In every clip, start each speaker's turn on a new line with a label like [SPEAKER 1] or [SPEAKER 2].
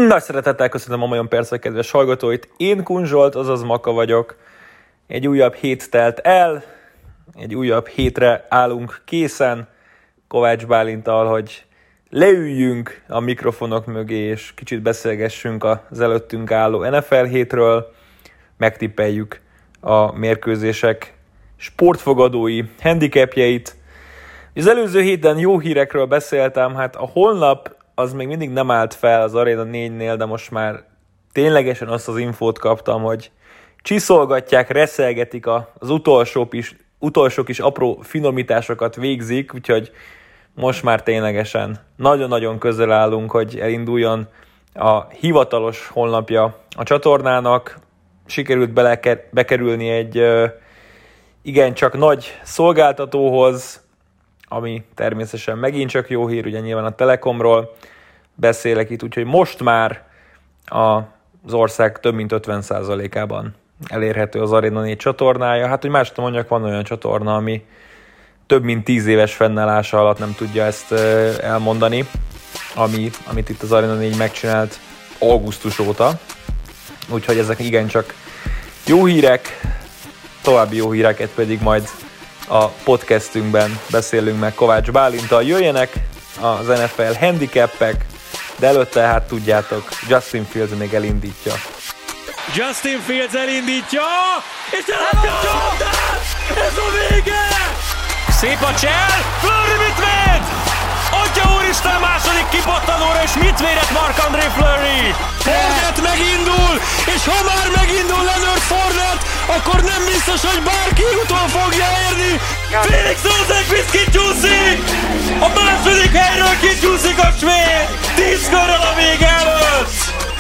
[SPEAKER 1] Nagy szeretettel köszönöm a Majon Percek kedves hallgatóit. Én Kun Zsolt, azaz Maka vagyok. Egy újabb hét telt el, egy újabb hétre állunk készen. Kovács Bálinttal, hogy leüljünk a mikrofonok mögé, és kicsit beszélgessünk az előttünk álló NFL hétről. Megtippeljük a mérkőzések sportfogadói handicapjeit. Az előző héten jó hírekről beszéltem, hát a honlap az még mindig nem állt fel az Arena 4-nél, de most már ténylegesen azt az infót kaptam, hogy csiszolgatják, reszelgetik az utolsó kis apró finomításokat végzik, úgyhogy most már ténylegesen nagyon-nagyon közel állunk, hogy elinduljon a hivatalos honlapja a csatornának. Sikerült bekerülni egy igencsak nagy szolgáltatóhoz, ami természetesen megint csak jó hír, ugye nyilván a Telekomról beszélek itt, úgyhogy most már az ország több mint 50%-ában elérhető az Arena 4 csatornája. Hát, hogy más mondjak, van olyan csatorna, ami több mint 10 éves fennállása alatt nem tudja ezt elmondani, amit itt az Arena 4 megcsinált augusztus óta. Úgyhogy ezek igencsak jó hírek, további jó híreket pedig majd a podcastünkben beszélünk meg Kovács Bálinttal. Jöjjenek az NFL handicapek, de előtte hát tudjátok, Justin Fields még elindítja.
[SPEAKER 2] Justin Fields elindítja, és elindítja! Ez a vége! Szép a csel, Fleury mit véd? Atya úristen, második kipattanóra, és mit védett Marc-André Fleury? Fournette megindul, és ha már megindul Leonard Fournette, akkor nem biztos, hogy bárki utol fogja érni. Felix Rosenqvist kicsúszik! A második helyről kicsúszik a svéd! 10 körrel a vége előtt!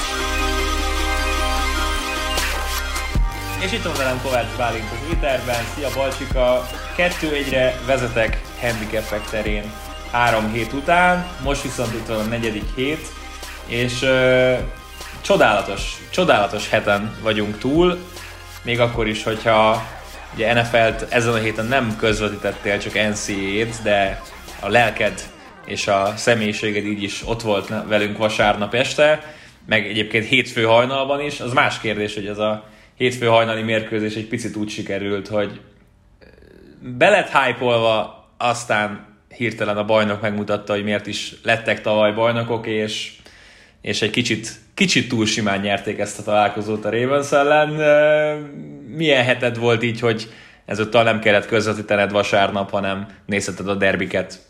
[SPEAKER 1] És itt van velem Kovács Bálint az éterben. Szia Balcsika! 2-1-re vezetek handicapek terén 3 hét után, most viszont itt van a 4. hét, és csodálatos heten vagyunk túl, még akkor is, hogyha ugye NFL-t ezen a héten nem közvetítettél, csak NCAA-t, de a lelked és a személyiséged így is ott volt velünk vasárnap este, meg egyébként hétfő hajnalban is. Az más kérdés, hogy ez a hétfő hajnali mérkőzés egy picit úgy sikerült, hogy be lett hype-olva, aztán hirtelen a bajnok megmutatta, hogy miért is lettek tavaly bajnokok, és egy kicsit túl simán nyerték ezt a találkozót a Ravens ellen. Milyen heted volt így, hogy ezúttal nem kellett közvetítened vasárnap, hanem nézheted a derbiket?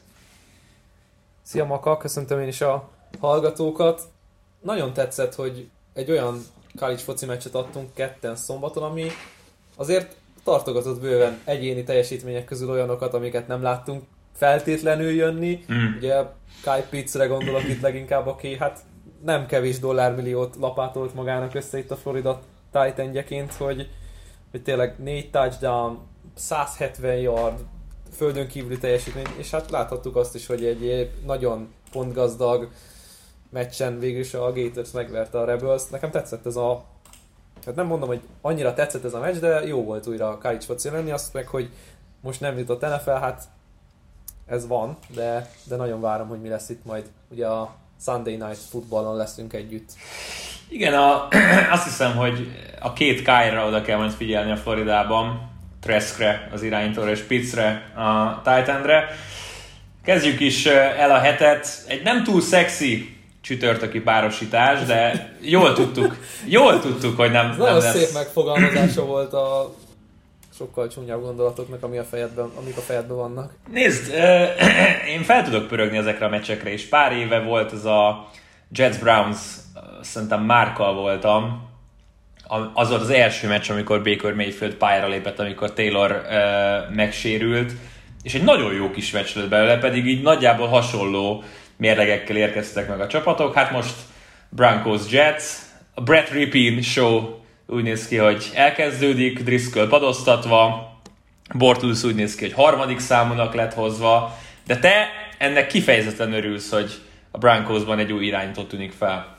[SPEAKER 3] Szia Maka, köszöntöm én is a hallgatókat. Nagyon tetszett, hogy egy olyan college foci meccset adtunk ketten szombaton, ami azért tartogatott bőven egyéni teljesítmények közül olyanokat, amiket nem láttunk feltétlenül jönni. Ugye Kyle Pittsre gondolok itt leginkább, aki hát nem kevés dollármilliót lapátolt magának össze itt a Florida Titanjeként, hogy tényleg 4 touchdown, 170 yard, földön kívüli teljesítmény, és hát láthattuk azt is, hogy egy nagyon pontgazdag meccsen végül is a Gators megverte a Rebels. Nekem tetszett ez hát nem mondom, hogy annyira tetszett ez a meccs, de jó volt újra a college foci lenni, azt meg, hogy most nem jutott NFL, hát ez van, de nagyon várom, hogy mi lesz itt majd. Ugye a Sunday Night Footballon leszünk együtt.
[SPEAKER 1] Igen, azt hiszem, hogy a két Kyle-ra oda kell majd figyelni a Floridában, Traskre az irányítóra és Pittsre a Titanre. Kezdjük is el a hetet. Egy nem túl szexi csütörtöki párosítás, de jól tudtuk, hogy nem
[SPEAKER 3] nagyon
[SPEAKER 1] lesz.
[SPEAKER 3] Szép megfogalmazása volt a sokkal csúnyább gondolatoknak, amik a fejedben vannak.
[SPEAKER 1] Nézd, én fel tudok pörögni ezekre a meccsekre, és pár éve volt ez a Jets-Browns, szerintem Márkkal voltam. Az volt az első meccs, amikor Baker Mayfield pályára lépett, amikor Taylor megsérült, és egy nagyon jó kis meccs lett belőle, pedig így nagyjából hasonló mérlegekkel érkeztek meg a csapatok. Hát most Broncos-Jets, a Brett Rippin show úgy néz ki, hogy elkezdődik, Driscoll padoztatva, Bortles úgy néz ki, hogy harmadik számúnak lett hozva, de te ennek kifejezetten örülsz, hogy a Broncosban egy új irányító tűnik fel.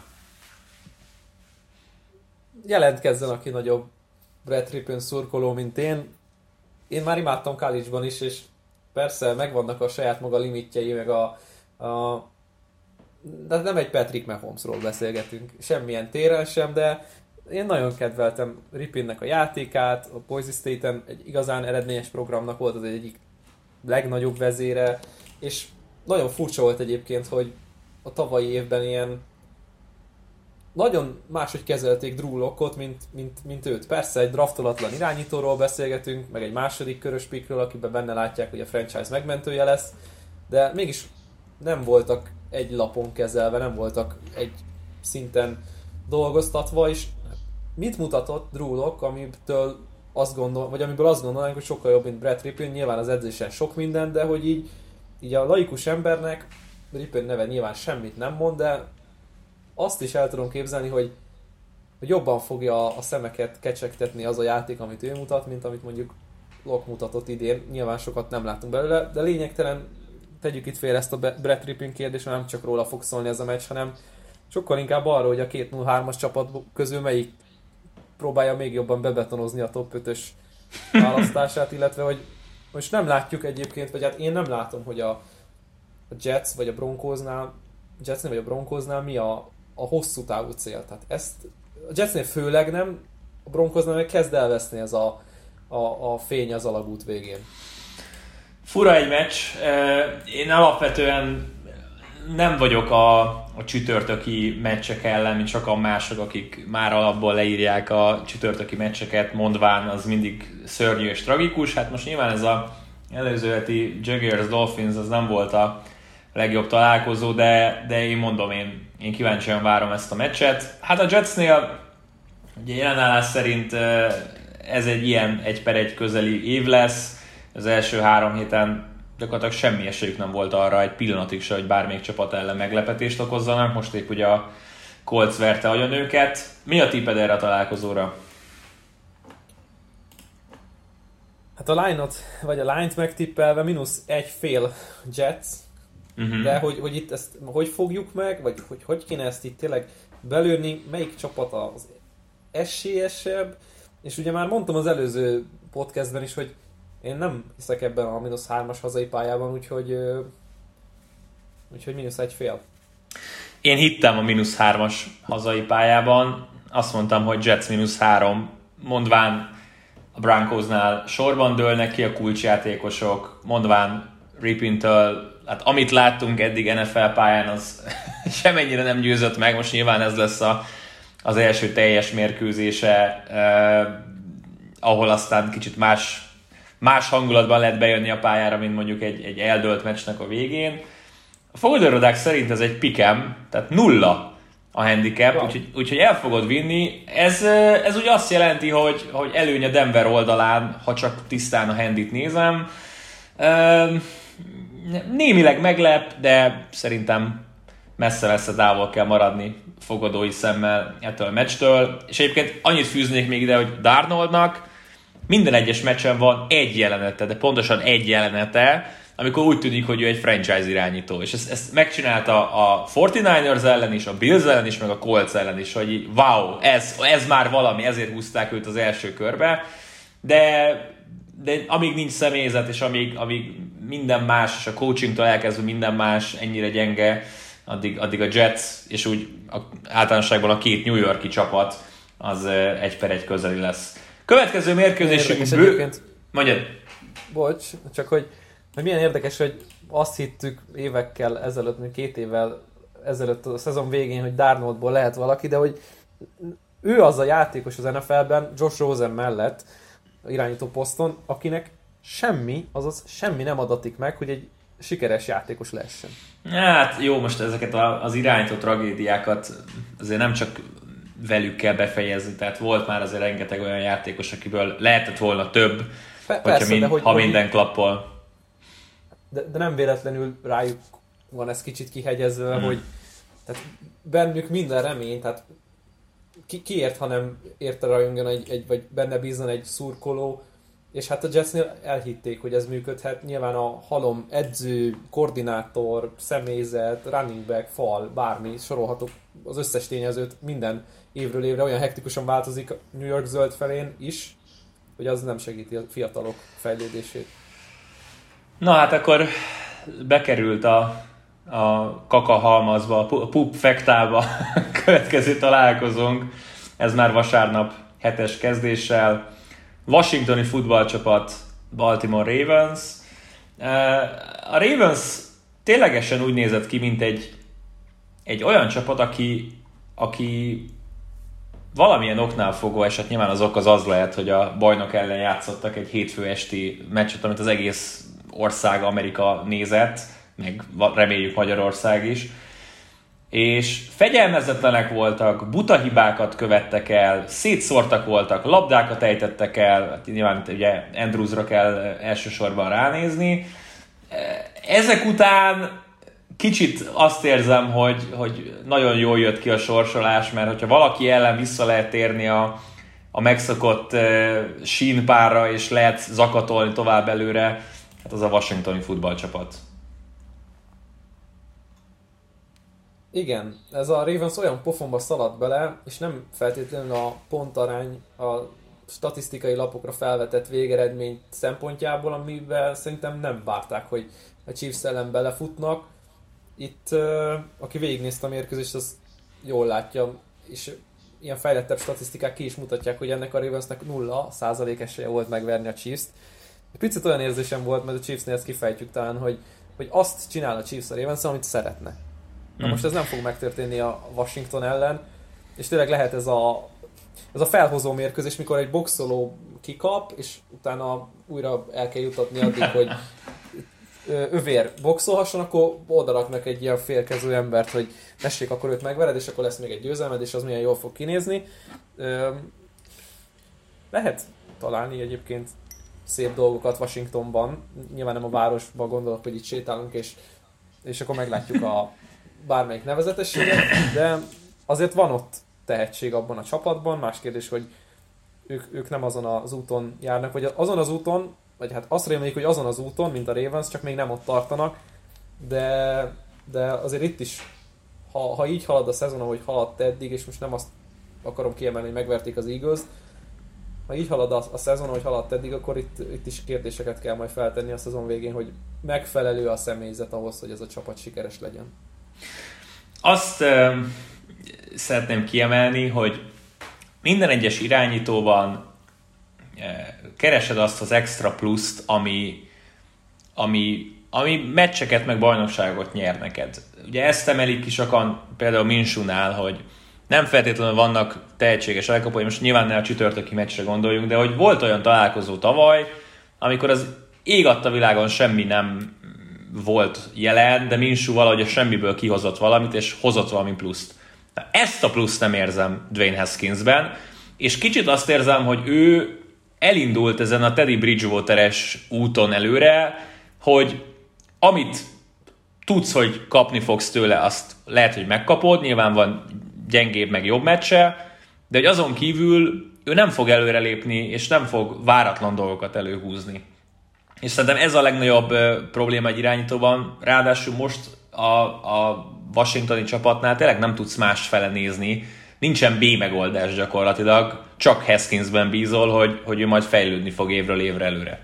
[SPEAKER 3] Jelentkezzen, aki nagyobb Brett Rippin szurkoló, mint én. Én már imádtam college-ban is, és persze megvannak a saját maga limitjei, meg de nem egy Patrick Mahomesról beszélgetünk, semmilyen téren sem, de én nagyon kedveltem Rypiennek a játékát, a Boise State-en egy igazán eredményes programnak volt az egyik legnagyobb vezére, és nagyon furcsa volt egyébként, hogy a tavalyi évben ilyen nagyon máshogy kezelték Drew Lockot, mint őt. Persze egy draftolatlan irányítóról beszélgetünk, meg egy második körös pickről, akiben benne látják, hogy a franchise megmentője lesz, de mégis nem voltak egy lapon kezelve, nem voltak egy szinten dolgoztatva, és mit mutatott Drew Lock, amiből azt gondolnánk, hogy sokkal jobb, mint Brett Rypien, nyilván az edzésen sok minden, de hogy így a laikus embernek Rypien neve nyilván semmit nem mond, de azt is el tudom képzelni, hogy jobban fogja a szemeket kecsegtetni az a játék, amit ő mutat, mint amit mondjuk Lock mutatott idén. Nyilván sokat nem látunk belőle, de lényegtelen, tegyük itt félre ezt a Brett Rypien kérdést, nem csak róla fog szólni ez a meccs, hanem sokkal inkább arra, hogy a 2-0-3-as csapat közül melyik próbálja még jobban bebetonozni a top 5-ös választását, illetve hogy most nem látjuk egyébként, vagy hát én nem látom, hogy a Jets vagy a Broncosnál mi a hosszú távú cél. Tehát ezt a Jetsnél főleg nem, a Broncosnál meg kezd elveszni ez a fény az alagút végén.
[SPEAKER 1] Fura egy meccs. Én alapvetően nem vagyok a csütörtöki meccsek ellen, mint sokan mások, akik már alapból leírják a csütörtöki meccseket, mondván az mindig szörnyű és tragikus. Hát most nyilván ez az előző heti Jaguars-Dolphins az nem volt a legjobb találkozó, de én mondom, én kíváncsian várom ezt a meccset. Hát a Jetsnél ugye jelenállás szerint ez egy ilyen 1-1 közeli év lesz. Az első 3 héten gyakorlatilag semmi esélyük nem volt arra egy pillanatig se, hogy bármelyik csapat ellen meglepetést okozzanak. Most épp ugye a Colts verte agyon őket. Mi a tipped erre a találkozóra?
[SPEAKER 3] Hát a line-t megtippelve -1,5 Jets. De hogy itt ezt hogy fogjuk meg, vagy hogy kéne ezt itt tényleg belőni, melyik csapat az esélyesebb, és ugye már mondtam az előző podcastben is, hogy én nem hiszek ebben a -3-as hazai pályában, úgyhogy -1,5.
[SPEAKER 1] Én hittem a -3-as hazai pályában, azt mondtam, hogy Jets -3, mondván a Broncosnál sorban dőlnek ki a kulcsjátékosok, mondván Rypientől, hát amit láttunk eddig NFL pályán, az semennyire nem győzött meg, most nyilván ez lesz az első teljes mérkőzése, ahol aztán kicsit más hangulatban lehet bejönni a pályára, mint mondjuk egy eldölt meccsnek a végén. A fogadórodák szerint ez egy pikem, tehát 0 a handicap, ja. úgyhogy el fogod vinni. Ez ugye azt jelenti, hogy előny a Denver oldalán, ha csak tisztán a handit nézem. Némileg meglep, de szerintem messze-messze távol kell maradni fogadói szemmel ettől a meccstől. És egyébként annyit fűznék még ide, hogy Darnoldnak minden egyes meccsen van egy jelenete, de pontosan egy jelenete, amikor úgy tűnik, hogy ő egy franchise irányító. És ezt megcsinálta a 49ers ellen is, a Bills ellen is, meg a Colts ellen is, hogy wow, ez már valami, ezért húzták őt az első körbe. De amíg nincs személyzet, és amíg minden más, és a coachingtól elkezdve minden más ennyire gyenge, addig a Jets, és úgy általánosságban a 2 New York-i csapat az 1-1 közeli lesz. Következő mérkőzésünk... Mondjad.
[SPEAKER 3] Bocs, csak hogy milyen érdekes, hogy azt hittük évekkel ezelőtt, mint 2 évvel ezelőtt a szezon végén, hogy Darnoldból lehet valaki, de hogy ő az a játékos az NFL-ben, Josh Rosen mellett, irányító poszton, akinek semmi nem adatik meg, hogy egy sikeres játékos lehessen.
[SPEAKER 1] Hát jó, most ezeket az irányító tragédiákat azért nem csak velük kell befejezni, tehát volt már azért rengeteg olyan játékos, akiből lehetett volna több, ha minden klappol.
[SPEAKER 3] De nem véletlenül rájuk van ez kicsit kihegyezve, hogy tehát bennük minden remény, tehát kiért, ha nem érte rajongjon vagy benne bízna egy szurkoló, és hát a Jetsnél elhitték, hogy ez működhet. Nyilván a halom edző, koordinátor, személyzet, running back, fal, bármi, sorolhatok az összes tényezőt, minden évről évre olyan hektikusan változik a New York zöld felén is, hogy az nem segíti a fiatalok fejlődését.
[SPEAKER 1] Na hát akkor bekerült a a kakahalmazba, a pup fektába következő találkozónk. Ez már vasárnap 7-es kezdéssel. Washingtoni futballcsapat, Baltimore Ravens. A Ravens ténylegesen úgy nézett ki, mint egy olyan csapat, aki valamilyen oknál fogva, és hát nyilván az ok az lehet, hogy a bajnok ellen játszottak egy hétfő esti meccset, amit az egész ország, Amerika nézett, meg reméljük Magyarország is. És fegyelmezetlenek voltak, buta hibákat követtek el, szétszórtak voltak, labdákat ejtettek el, nyilván ugye Andrewsra kell elsősorban ránézni. Ezek után kicsit azt érzem, hogy nagyon jól jött ki a sorsolás, mert hogyha valaki ellen vissza lehet térni a megszokott sínpárra, és lehet zakatolni tovább előre, hát az a washingtoni futballcsapat.
[SPEAKER 3] Igen, ez a Ravens olyan pofonba szaladt bele, és nem feltétlenül a pontarány, a statisztikai lapokra felvetett végeredmény szempontjából, amiben szerintem nem várták, hogy a Chiefs ellen belefutnak. Itt, aki végignézte a mérkőzést, az jól látja, és ilyen fejlettebb statisztikák ki is mutatják, hogy ennek a Ravensnek 0% esélye volt megverni a Chiefs-t. Egy picit olyan érzésem volt, mert a Chiefsnél ezt kifejtjük talán, hogy azt csinál a Chiefs a Ravens, amit szeretne. Na most ez nem fog megtörténni a Washington ellen, és tényleg lehet ez a felhozó mérkőzés, mikor egy boxoló kikap, és utána újra el kell jutatni addig, hogy övér boxolhasson, akkor odaraknak egy ilyen félkező embert, hogy tessék, akkor őt megvered, és akkor lesz még egy győzelmed, és az milyen jól fog kinézni. Lehet találni egyébként szép dolgokat Washingtonban, nyilván nem a városban gondolok, hogy itt sétálunk, és akkor meglátjuk a bármelyik nevezetességet, de azért van ott tehetség abban a csapatban, más kérdés, hogy ők nem azon az úton járnak, vagy azon az úton, vagy hát azt reméljük, hogy azon az úton, mint a Ravens, csak még nem ott tartanak, de azért itt is, ha így halad a szezon, ahogy haladt eddig, és most nem azt akarom kiemelni, hogy megverték az Eagles-t, ha így halad a szezon, ahogy haladt eddig, akkor itt is kérdéseket kell majd feltenni a szezon végén, hogy megfelelő a személyzet ahhoz, hogy ez a csapat sikeres legyen.
[SPEAKER 1] Azt szeretném kiemelni, hogy minden egyes irányítóban keresed azt az extra pluszt, ami meccseket meg bajnokságot nyer neked. Ugye ezt emelik ki sokan például Minshew'nál, hogy nem feltétlenül vannak tehetséges elkapói, most nyilván ne a csütörtöki meccsre gondoljunk, de hogy volt olyan találkozó tavaly, amikor az ég adta világon semmi nem volt jelen, de Minshew valahogy a semmiből kihozott valamit, és hozott valami pluszt. Ezt a pluszt nem érzem Dwayne Haskinsben, és kicsit azt érzem, hogy ő elindult ezen a Teddy Bridgewater-es úton előre, hogy amit tudsz, hogy kapni fogsz tőle, azt lehet, hogy megkapod, nyilván van gyengébb meg jobb meccse, de hogy azon kívül ő nem fog előrelépni, és nem fog váratlan dolgokat előhúzni. És szerintem ez a legnagyobb probléma egy irányítóban, ráadásul most a washingtoni csapatnál tényleg nem tudsz más fele nézni, nincsen B megoldás gyakorlatilag, csak Haskinsben bízol, hogy ő majd fejlődni fog évről évre előre.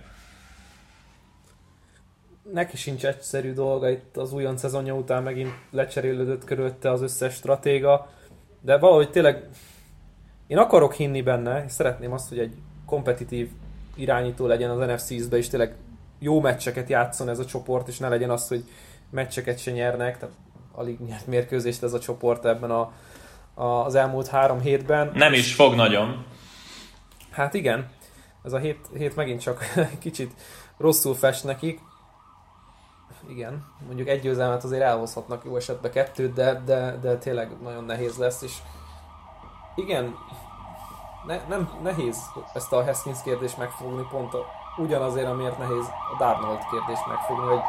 [SPEAKER 3] Neki sincs egyszerű dolga, itt az újonc szezonja után megint lecserélődött körülötte az összes stratéga, de valahogy tényleg én akarok hinni benne, és szeretném azt, hogy egy kompetitív irányító legyen az NFC East-be, és tényleg jó meccseket játszon ez a csoport, és ne legyen az, hogy meccseket se nyernek, tehát alig nyert mérkőzést ez a csoport ebben az elmúlt 3 hétben.
[SPEAKER 1] Nem is fog nagyon.
[SPEAKER 3] Hát igen, ez a hét megint csak kicsit rosszul fest nekik. Igen, mondjuk egy győzelmet azért elhozhatnak, jó esetben 2, de tényleg nagyon nehéz lesz, és igen, nem nehéz ezt a Haskins kérdést megfogni, pont ugyanazért, amiért nehéz a Darnold kérdést megfogni, hogy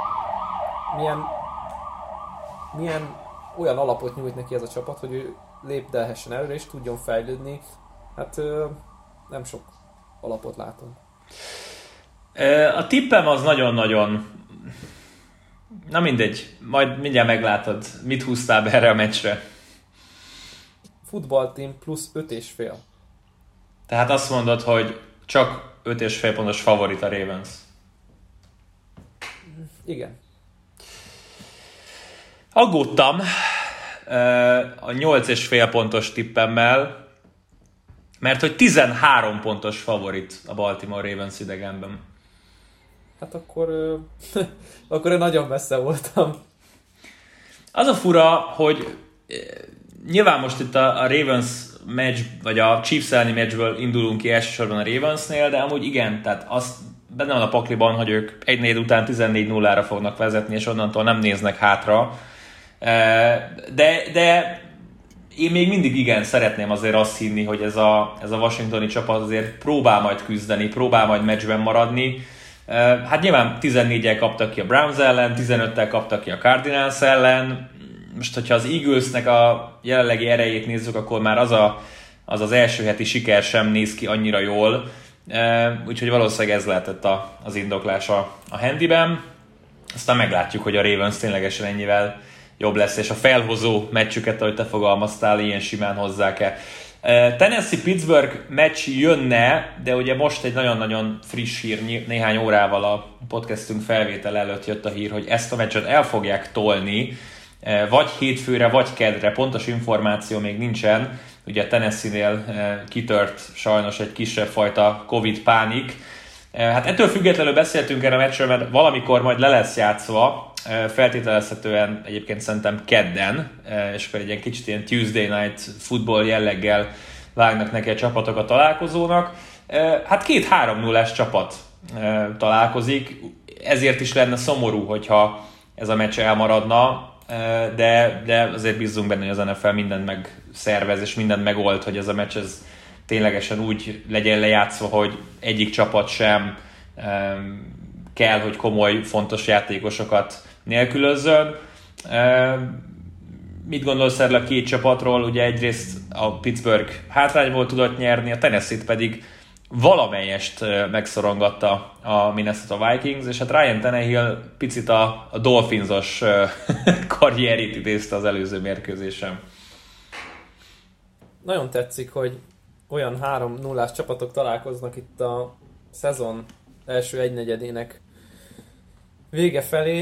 [SPEAKER 3] milyen olyan alapot nyújt neki ez a csapat, hogy ő lépdelhessen előre és tudjon fejlődni. Hát nem sok alapot látom.
[SPEAKER 1] A tippem az nagyon-nagyon... Na mindegy, majd mindjárt meglátod, mit húztál be erre a meccsre.
[SPEAKER 3] Futballteam plusz 5,5.
[SPEAKER 1] Tehát azt mondod, hogy csak 5,5 pontos favorit a Ravens.
[SPEAKER 3] Igen.
[SPEAKER 1] Aggódtam a 8,5 pontos tippemmel, mert hogy 13 pontos favorit a Baltimore Ravens idegenben.
[SPEAKER 3] Hát akkor én nagyon messze voltam.
[SPEAKER 1] Az a fura, hogy nyilván most itt a Ravens meccs, vagy a Chiefs elleni meccsből indulunk ki elsősorban a Ravensnél, de amúgy igen, tehát azt benne van a pakliban, hogy ők 1-4 után 14-0-ra fognak vezetni, és onnantól nem néznek hátra. De én még mindig igen szeretném azért azt hinni, hogy ez a washingtoni csapat azért próbál majd küzdeni, próbál majd meccsben maradni. Hát nyilván 14-el kaptak ki a Browns ellen, 15-tel kaptak ki a Cardinals ellen. Most, hogyha az Eaglesnek a jelenlegi erejét nézzük, akkor már az első heti siker sem néz ki annyira jól. Úgyhogy valószínűleg ez lehetett az indoklás a handyben. Aztán meglátjuk, hogy a Ravens ténylegesen ennyivel jobb lesz, és a felhozó meccsüket, ahogy te fogalmaztál, ilyen simán hozzák-e. Tennessee-Pittsburgh meccs jönne, de ugye most egy nagyon-nagyon friss hír, néhány órával a podcastünk felvétel előtt jött a hír, hogy ezt a meccset el fogják tolni, vagy hétfőre, vagy kedre, pontos információ még nincsen. Ugye a Tennessee-nél kitört sajnos egy kisebb fajta Covid pánik. Hát ettől függetlenül beszéltünk erre a meccsről, mert valamikor majd le lesz játszva, feltételezhetően egyébként szerintem kedden, és akkor egy ilyen kicsit ilyen Tuesday Night Football jelleggel vágnak neki a csapatok a találkozónak. Hát 2-3-0-ás csapat találkozik, ezért is lenne szomorú, hogyha ez a meccs elmaradna, de azért bízzunk benne, hogy az NFL mindent megszervez, és mindent megold, hogy ez a meccs ez ténylegesen úgy legyen lejátszva, hogy egyik csapat sem kell, hogy komoly, fontos játékosokat nélkülözzön. Mit gondolsz erről a két csapatról? Ugye egyrészt a Pittsburgh hátrányból tudott nyerni, a Tennessee-t pedig valamelyest megszorongatta a Minnesota Vikings, és hát Ryan Tannehill picit a Dolphinsos karrierét idézte az előző mérkőzésen.
[SPEAKER 3] Nagyon tetszik, hogy olyan 3-0-ás csapatok találkoznak itt a szezon első egynegyedének vége felé,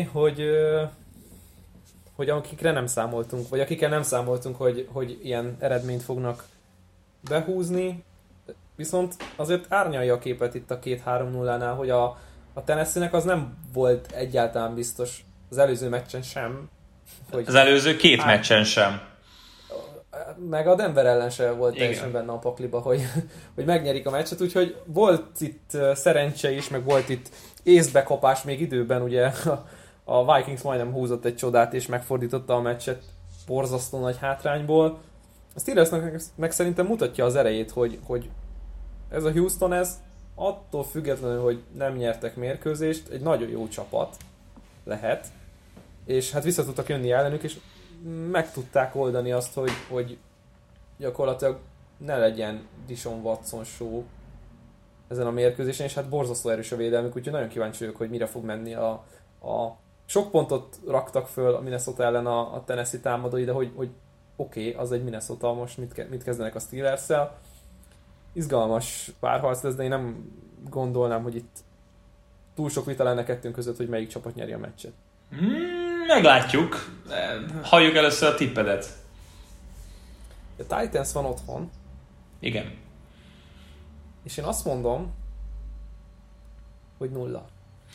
[SPEAKER 3] hogy akikre nem számoltunk, vagy akikkel nem számoltunk, hogy ilyen eredményt fognak behúzni. Viszont azért árnyalja a képet itt a 2-3-0-nál, hogy a Tennessee-nek az nem volt egyáltalán biztos az előző meccsen sem.
[SPEAKER 1] Hogy az előző két meccsen sem.
[SPEAKER 3] Meg a Denver ellen sem volt teljesen benne a pakliba, hogy megnyerik a meccset, úgyhogy volt itt szerencse is, meg volt itt észbekapás még időben, ugye a Vikings majdnem húzott egy csodát és megfordította a meccset borzasztó nagy hátrányból. A Steelersnek meg szerintem mutatja az erejét, hogy ez a Houston, ez attól függetlenül, hogy nem nyertek mérkőzést, egy nagyon jó csapat lehet, és hát vissza tudtak jönni ellenük, és meg tudták oldani azt, hogy gyakorlatilag ne legyen Deshaun Watson show ezen a mérkőzésen, és hát borzasztó erős a védelmük, úgyhogy nagyon kíváncsi vagyok, hogy mire fog menni a sok pontot raktak föl a Minnesota ellen a Tennessee támadói, de hogy oké, az egy Minnesota, most mit kezdenek a Steelers-szel. Izgalmas párharc lesz, de én nem gondolnám, hogy itt túl sok vita lenne kettőnk között, hogy melyik csapat nyeri a meccset.
[SPEAKER 1] Meglátjuk. Halljuk először a tippedet.
[SPEAKER 3] A Titans van otthon.
[SPEAKER 1] Igen.
[SPEAKER 3] És én azt mondom, hogy 0.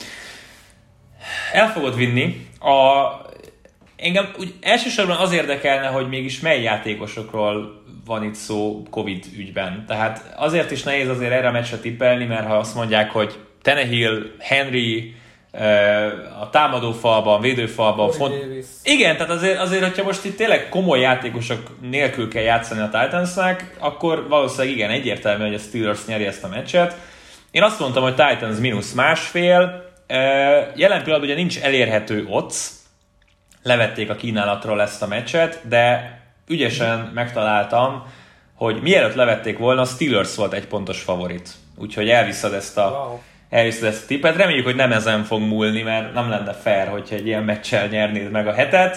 [SPEAKER 1] El fogod vinni. Engem úgy elsősorban az érdekelne, hogy mégis mely játékosokról van itt szó Covid ügyben. Tehát azért is nehéz azért erre a meccsre tippelni, mert ha azt mondják, hogy Tannehill, Henry, a támadófalban, védőfalban igen, tehát azért, hogyha most itt tényleg komoly játékosok nélkül kell játszani a Titansnak, akkor valószínűleg igen, egyértelmű, hogy a Steelers nyeri ezt a meccset. Én azt mondtam, hogy Titans -1,5. Jelen pillanatban ugye nincs elérhető odds, levették a kínálatról ezt a meccset, de ügyesen megtaláltam, hogy mielőtt levették volna, a Steelers volt 1 pontos favorit. Úgyhogy elviszed ezt a tippet. Reméljük, hogy nem ezen fog múlni, mert nem lenne fair, hogyha egy ilyen meccsel nyernéd meg a hetet.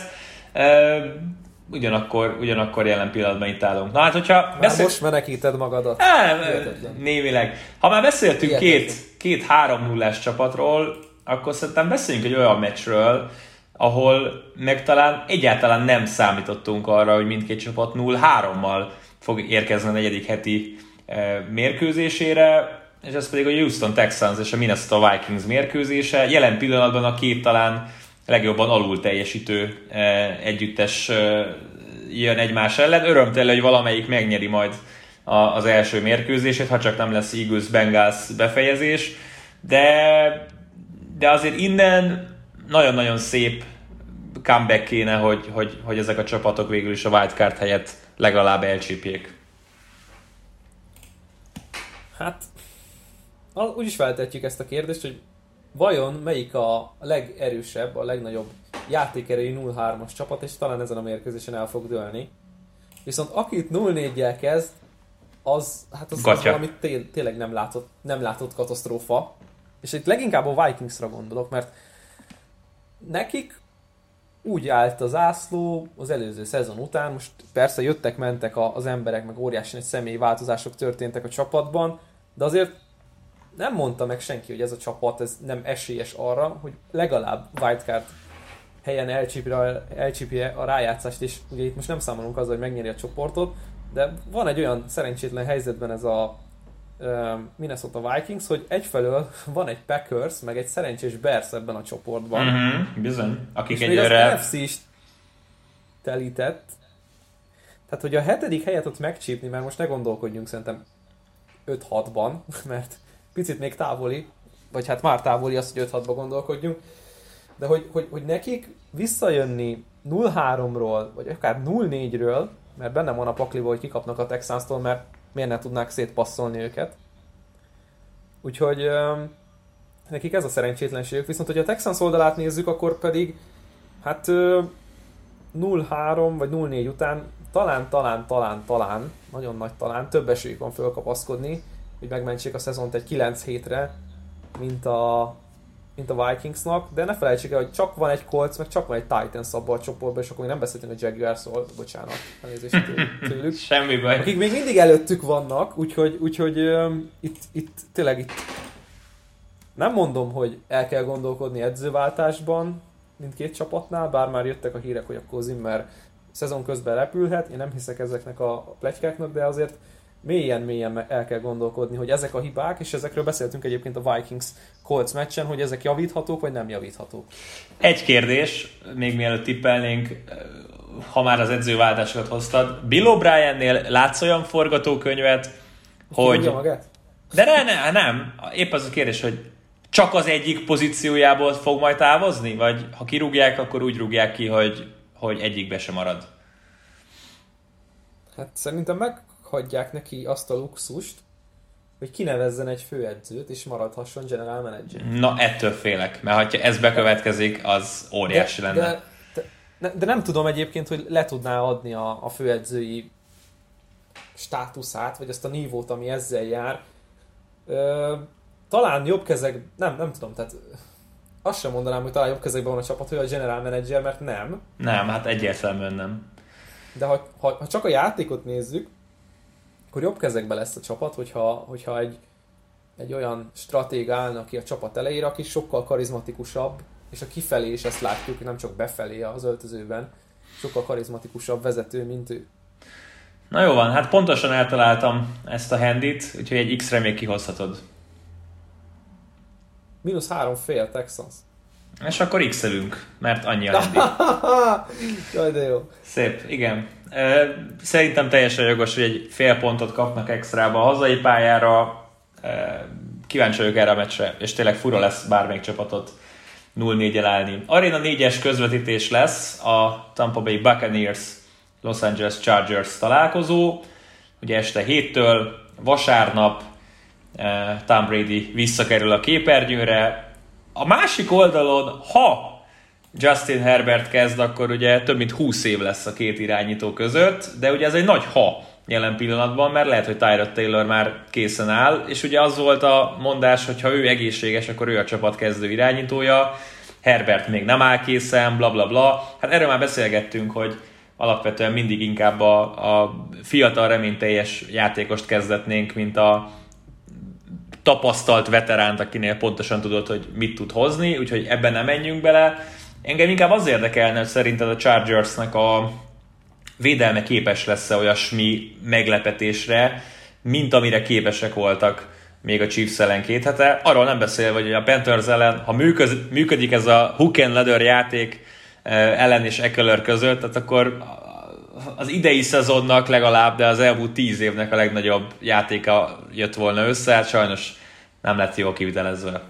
[SPEAKER 1] Ugyanakkor jelen pillanatban itt állunk. Na hát, hogyha
[SPEAKER 3] most menekíted magadat.
[SPEAKER 1] Némileg. Ha már beszéltünk két 3-0-ás csapatról, akkor szerintem beszéljünk egy olyan meccsről, ahol meg talán egyáltalán nem számítottunk arra, hogy mindkét csapat 0-3-mal fog érkezni a negyedik heti mérkőzésére, és ez pedig a Houston Texans és a Minnesota Vikings mérkőzése. Jelen pillanatban a két talán legjobban alul teljesítő együttes jön egymás ellen. Örömteli, hogy valamelyik megnyeri majd az első mérkőzését, ha csak nem lesz Eagles-Bengals befejezés, de azért innen nagyon-nagyon szép comeback kéne, hogy ezek a csapatok végül is a wildcard helyett legalább elcsípjék.
[SPEAKER 3] Hát, úgy is feltetjük ezt a kérdést, hogy vajon melyik a legerősebb, a legnagyobb játékerői 0-3-as csapat, és talán ezen a mérkőzésen el fog dőlni. Viszont akit 0-4-jel kezd, az valami tényleg nem látott katasztrófa. És itt leginkább a Vikingsra gondolok, mert nekik úgy állt az zászló az előző szezon után, most persze jöttek-mentek az emberek, meg óriási nagy személyi változások történtek a csapatban, de azért nem mondta meg senki, hogy ez a csapat ez nem esélyes arra, hogy legalább wildcard helyen elcsípje a rájátszást, és ugye itt most nem számolunk azzal, hogy megnyeri a csoportot, de van egy olyan szerencsétlen helyzetben ez a Minnesota Vikings, hogy egyfelől van egy Packers, meg egy szerencsés Bears ebben a csoportban.
[SPEAKER 1] Bizony. Akik
[SPEAKER 3] és még az NFC is telített. Tehát, hogy a 7. helyet ott megcsípni, mert most ne gondolkodjunk szerintem 5-6-ban, mert picit még távoli, vagy hát már távoli az, hogy 5-6-ban gondolkodjunk, de hogy nekik visszajönni 0-3-ról, vagy akár 0-4-ről, mert bennem van a pakliba, hogy kikapnak a Texanstól, mert miért ne tudnák szétpasszolni őket. Úgyhogy nekik ez a szerencsétlenségük. Viszont, hogyha a Texans oldalát nézzük, akkor pedig hát 0-3 vagy 0-4 után talán, nagyon nagy talán, több esélyük van fölkapaszkodni, hogy megmentsék a szezont egy 9 hétre, mint a Vikingsnak, de ne felejtsék el, hogy csak van egy Colts, meg csak van egy Titans abban a csoportban, és akkor még nem beszéltünk a Jaguarsról, bocsánat, elnézést tőlük.
[SPEAKER 1] Semmi baj.
[SPEAKER 3] Akik még mindig előttük vannak, úgyhogy itt tényleg nem mondom, hogy el kell gondolkodni edzőváltásban mindkét csapatnál, bár már jöttek a hírek, hogy akkor Zimmer szezon közben repülhet, én nem hiszek ezeknek a pletykáknak, de azért mélyen el kell gondolkodni, hogy ezek a hibák, és ezekről beszéltünk egyébként a Vikings-Colts meccsen, hogy ezek javíthatók, vagy nem javíthatók.
[SPEAKER 1] Egy kérdés, még mielőtt tippelnénk, ha már az edzőváltásokat hoztad. Bill O'Briennél látsz olyan forgatókönyvet, hogy... De nem. Épp az a kérdés, hogy csak az egyik pozíciójából fog majd távozni? Vagy ha kirúgják, akkor úgy rúgják ki, hogy egyikbe sem marad?
[SPEAKER 3] Hát szerintem meghagyják neki azt a luxust, hogy kinevezzen egy főedzőt, és maradhasson general manager.
[SPEAKER 1] Na, ettől félek, mert ha ez bekövetkezik, az óriási lenne.
[SPEAKER 3] De nem tudom egyébként, hogy le tudná adni a főedzői státuszát, vagy azt a nívót, ami ezzel jár. Talán jobb kezek, nem tudom, tehát azt sem mondanám, hogy talán jobb kezekben van a csapat, hogy a general manager, mert nem.
[SPEAKER 1] Nem, hát egyértelműen nem.
[SPEAKER 3] De ha csak a játékot nézzük, akkor jobb kezekben lesz a csapat, hogyha egy olyan stratég állna ki a csapat elejére, aki sokkal karizmatikusabb, és a kifelé is ezt látjuk, nem csak befelé az öltözőben, sokkal karizmatikusabb vezető, mint ő.
[SPEAKER 1] Na jó van, hát pontosan eltaláltam ezt a handit, úgyhogy egy X-re még kihozhatod.
[SPEAKER 3] -3,5 Texans.
[SPEAKER 1] És akkor X-elünk, mert annyi a handi.
[SPEAKER 3] Jaj, de jó.
[SPEAKER 1] Szép, igen. Szerintem teljesen jogos, hogy egy fél pontot kapnak extrába a hazai pályára. Kíváncsi vagyok erre a meccsre, és tényleg fura lesz bármelyik csapatot 0-4-el állni. Arena 4-es közvetítés lesz a Tampa Bay Buccaneers Los Angeles Chargers találkozó. Ugye este 7-től, vasárnap Tom Brady visszakerül a képernyőre. A másik oldalon, ha Justin Herbert kezd, akkor ugye több mint 20 év lesz a két irányító között, de ugye ez egy nagy ha jelen pillanatban, mert lehet, hogy Tyrod Taylor már készen áll, és ugye az volt a mondás, hogy ha ő egészséges, akkor ő a csapat kezdő irányítója, Herbert még nem áll készen, bla bla bla. Hát erről már beszélgettünk, hogy alapvetően mindig inkább a fiatal reményteljes játékost kezdetnénk, mint a tapasztalt veteránt, akinél pontosan tudod, hogy mit tud hozni, úgyhogy ebben nem menjünk bele. Engem inkább az érdekelne, hogy szerinted a Chargersnek a védelme képes lesz-e olyasmi meglepetésre, mint amire képesek voltak még a Chiefs ellen 2 hete. Arról nem beszélve, hogy a Panthers ellen, ha működik ez a hook and ladder játék ellen és Eckler között, tehát akkor az idei szezonnak legalább, de az elmúlt 10 évnek a legnagyobb játéka jött volna össze, hát sajnos nem lett jól kivitelezve.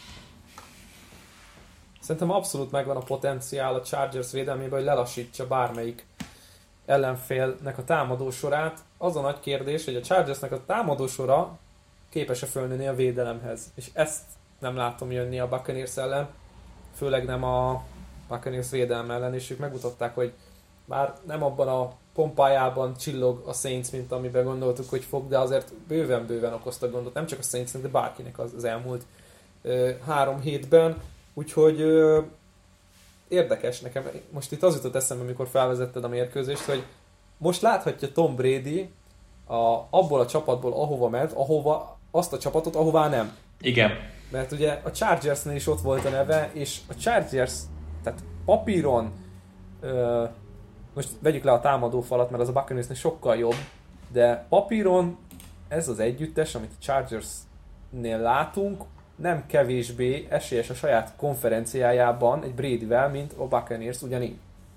[SPEAKER 3] Szerintem abszolút megvan a potenciál a Chargers védelmében, hogy lelassítsa bármelyik ellenfélnek a támadósorát. Az a nagy kérdés, hogy a Chargersnek a támadósora képes-e fölnőni a védelemhez. És ezt nem látom jönni a Buccaneers ellen, főleg nem a Buccaneers védelme ellen, és ők megmutatták, hogy bár nem abban a pompájában csillog a Saints, mint amiben gondoltuk, hogy fog, de azért bőven-bőven okoztak gondot, nem csak a Saintsnek, de bárkinek az elmúlt 3 hétben. Úgyhogy érdekes nekem. Most itt az jutott eszembe, amikor felvezetted a mérkőzést, hogy most láthatja Tom Brady abból a csapatból, ahova ment, azt a csapatot, ahová nem.
[SPEAKER 1] Igen.
[SPEAKER 3] Mert ugye a Chargersnél is ott volt a neve, és a Chargers, tehát papíron, most vegyük le a támadó falat, mert az a Buccaneersnél sokkal jobb, de papíron ez az együttes, amit a Chargersnél látunk, nem kevésbé esélyes a saját konferenciájában egy Bradyvel, mint a Buccaneers ugyanígy.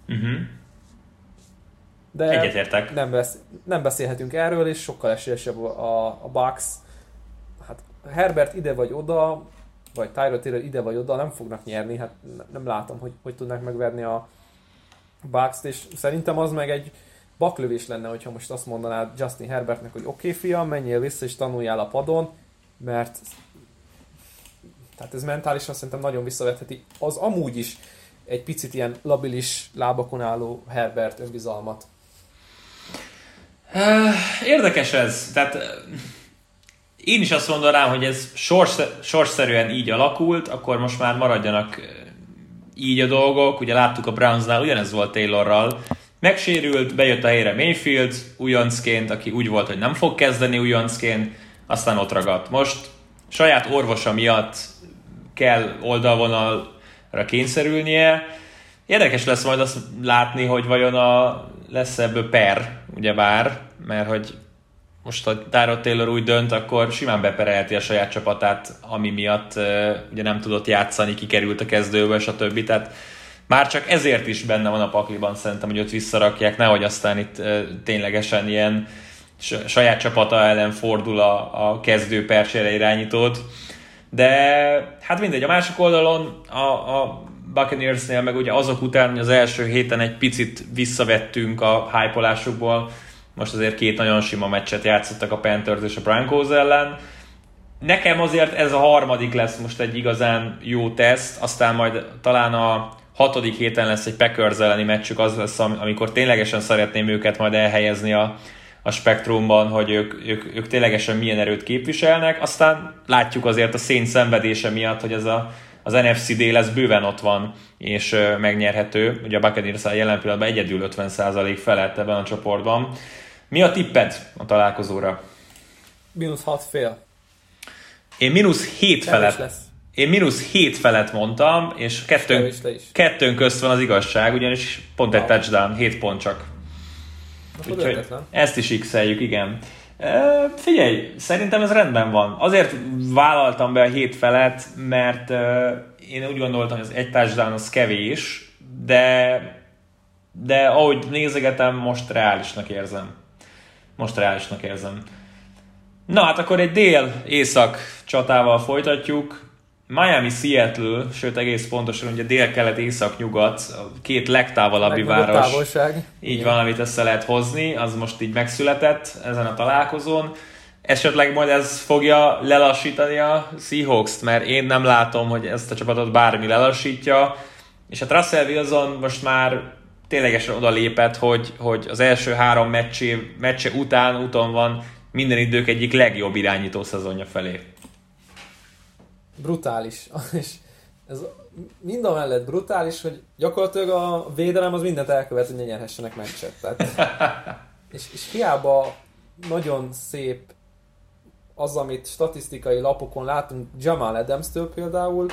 [SPEAKER 3] De
[SPEAKER 1] egyetértek.
[SPEAKER 3] Nem beszélhetünk erről, és sokkal esélyesebb a Bucs. Hát Herbert ide vagy oda, vagy Tyrod Taylor ide vagy oda, nem fognak nyerni, hát nem látom, hogy tudnak megverni a Bucs-t, és szerintem az meg egy baklövés lenne, hogyha most azt mondanád Justin Herbertnek, hogy oké, fiam, menjél vissza és tanuljál a padon, mert tehát ez mentálisan szerintem nagyon visszavetheti az amúgy is egy picit ilyen labilis lábakon álló Herbert önbizalmat.
[SPEAKER 1] Érdekes ez. Tehát én is azt mondanám, hogy ez sorsszerűen így alakult, akkor most már maradjanak így a dolgok. Ugye láttuk a Brownsnál, ugyanez volt Taylorral. Megsérült, bejött a helyre Mayfield újoncként, aki úgy volt, hogy nem fog kezdeni újoncként, aztán ott ragadt. Most saját orvosa miatt kell oldalvonalra kényszerülnie. Érdekes lesz majd azt látni, hogy vajon lesz ebből per, ugyebár, mert hogy most, ha Tyrod Taylor úgy dönt, akkor simán beperelheti a saját csapatát, ami miatt ugye nem tudott játszani, kikerült a kezdőből, stb. Tehát már csak ezért is benne van a pakliban szerintem, hogy ott visszarakják, nehogy aztán itt ténylegesen ilyen saját csapata ellen fordul a kezdő persére irányítót. De hát mindegy, a másik oldalon a Buccaneersnél meg ugye azok után, hogy az első héten egy picit visszavettünk a hype-olásukból, most azért 2 nagyon sima meccset játszottak a Panthers és a Broncos ellen. Nekem azért ez a harmadik lesz most egy igazán jó teszt, aztán majd talán a 6. héten lesz egy Packers elleni meccsük, az lesz, amikor ténylegesen szeretném őket majd elhelyezni a spektrumban, hogy ők ténylegesen milyen erőt képviselnek. Aztán látjuk azért a Saints szenvedése miatt, hogy ez az NFC dél lesz bőven ott van, és megnyerhető. Ugye a Buccaneers jelen pillanatban egyedül 50% felett ebben a csoportban. Mi a tipped a találkozóra?
[SPEAKER 3] -6,5.
[SPEAKER 1] Én -7 felett. Én -7 felett mondtam, és kettőn közt van az igazság, ugyanis pont egy touchdown, 7 pont csak. Úgyhogy ezt is x-eljük, igen. Figyelj, szerintem ez rendben van. Azért vállaltam be a 7 felett, mert én úgy gondoltam, hogy az egy touchdown az kevés, de ahogy nézegetem, most reálisnak érzem. Na hát akkor egy dél-észak csatával folytatjuk. Miami-Seattle, sőt egész pontosan ugye dél-kelet-észak-nyugat, a 2 legtávolabbi város.
[SPEAKER 3] Távolság.
[SPEAKER 1] Így van, amit össze lehet hozni, az most így megszületett ezen a találkozón. Esetleg majd ez fogja lelassítani a Seahawks-t, mert én nem látom, hogy ezt a csapatot bármi lelassítja. És hát Russell Wilson most már ténylegesen oda lépett, hogy az első 3 meccse után úton van minden idők egyik legjobb irányító szezonja felé.
[SPEAKER 3] Brutális. És ez mind a mellett brutális, hogy gyakorlatilag a védelem az mindent elkövet, hogy ne nyerhessenek meccset. És hiába nagyon szép az, amit statisztikai lapokon látunk Jamal Adams-től például,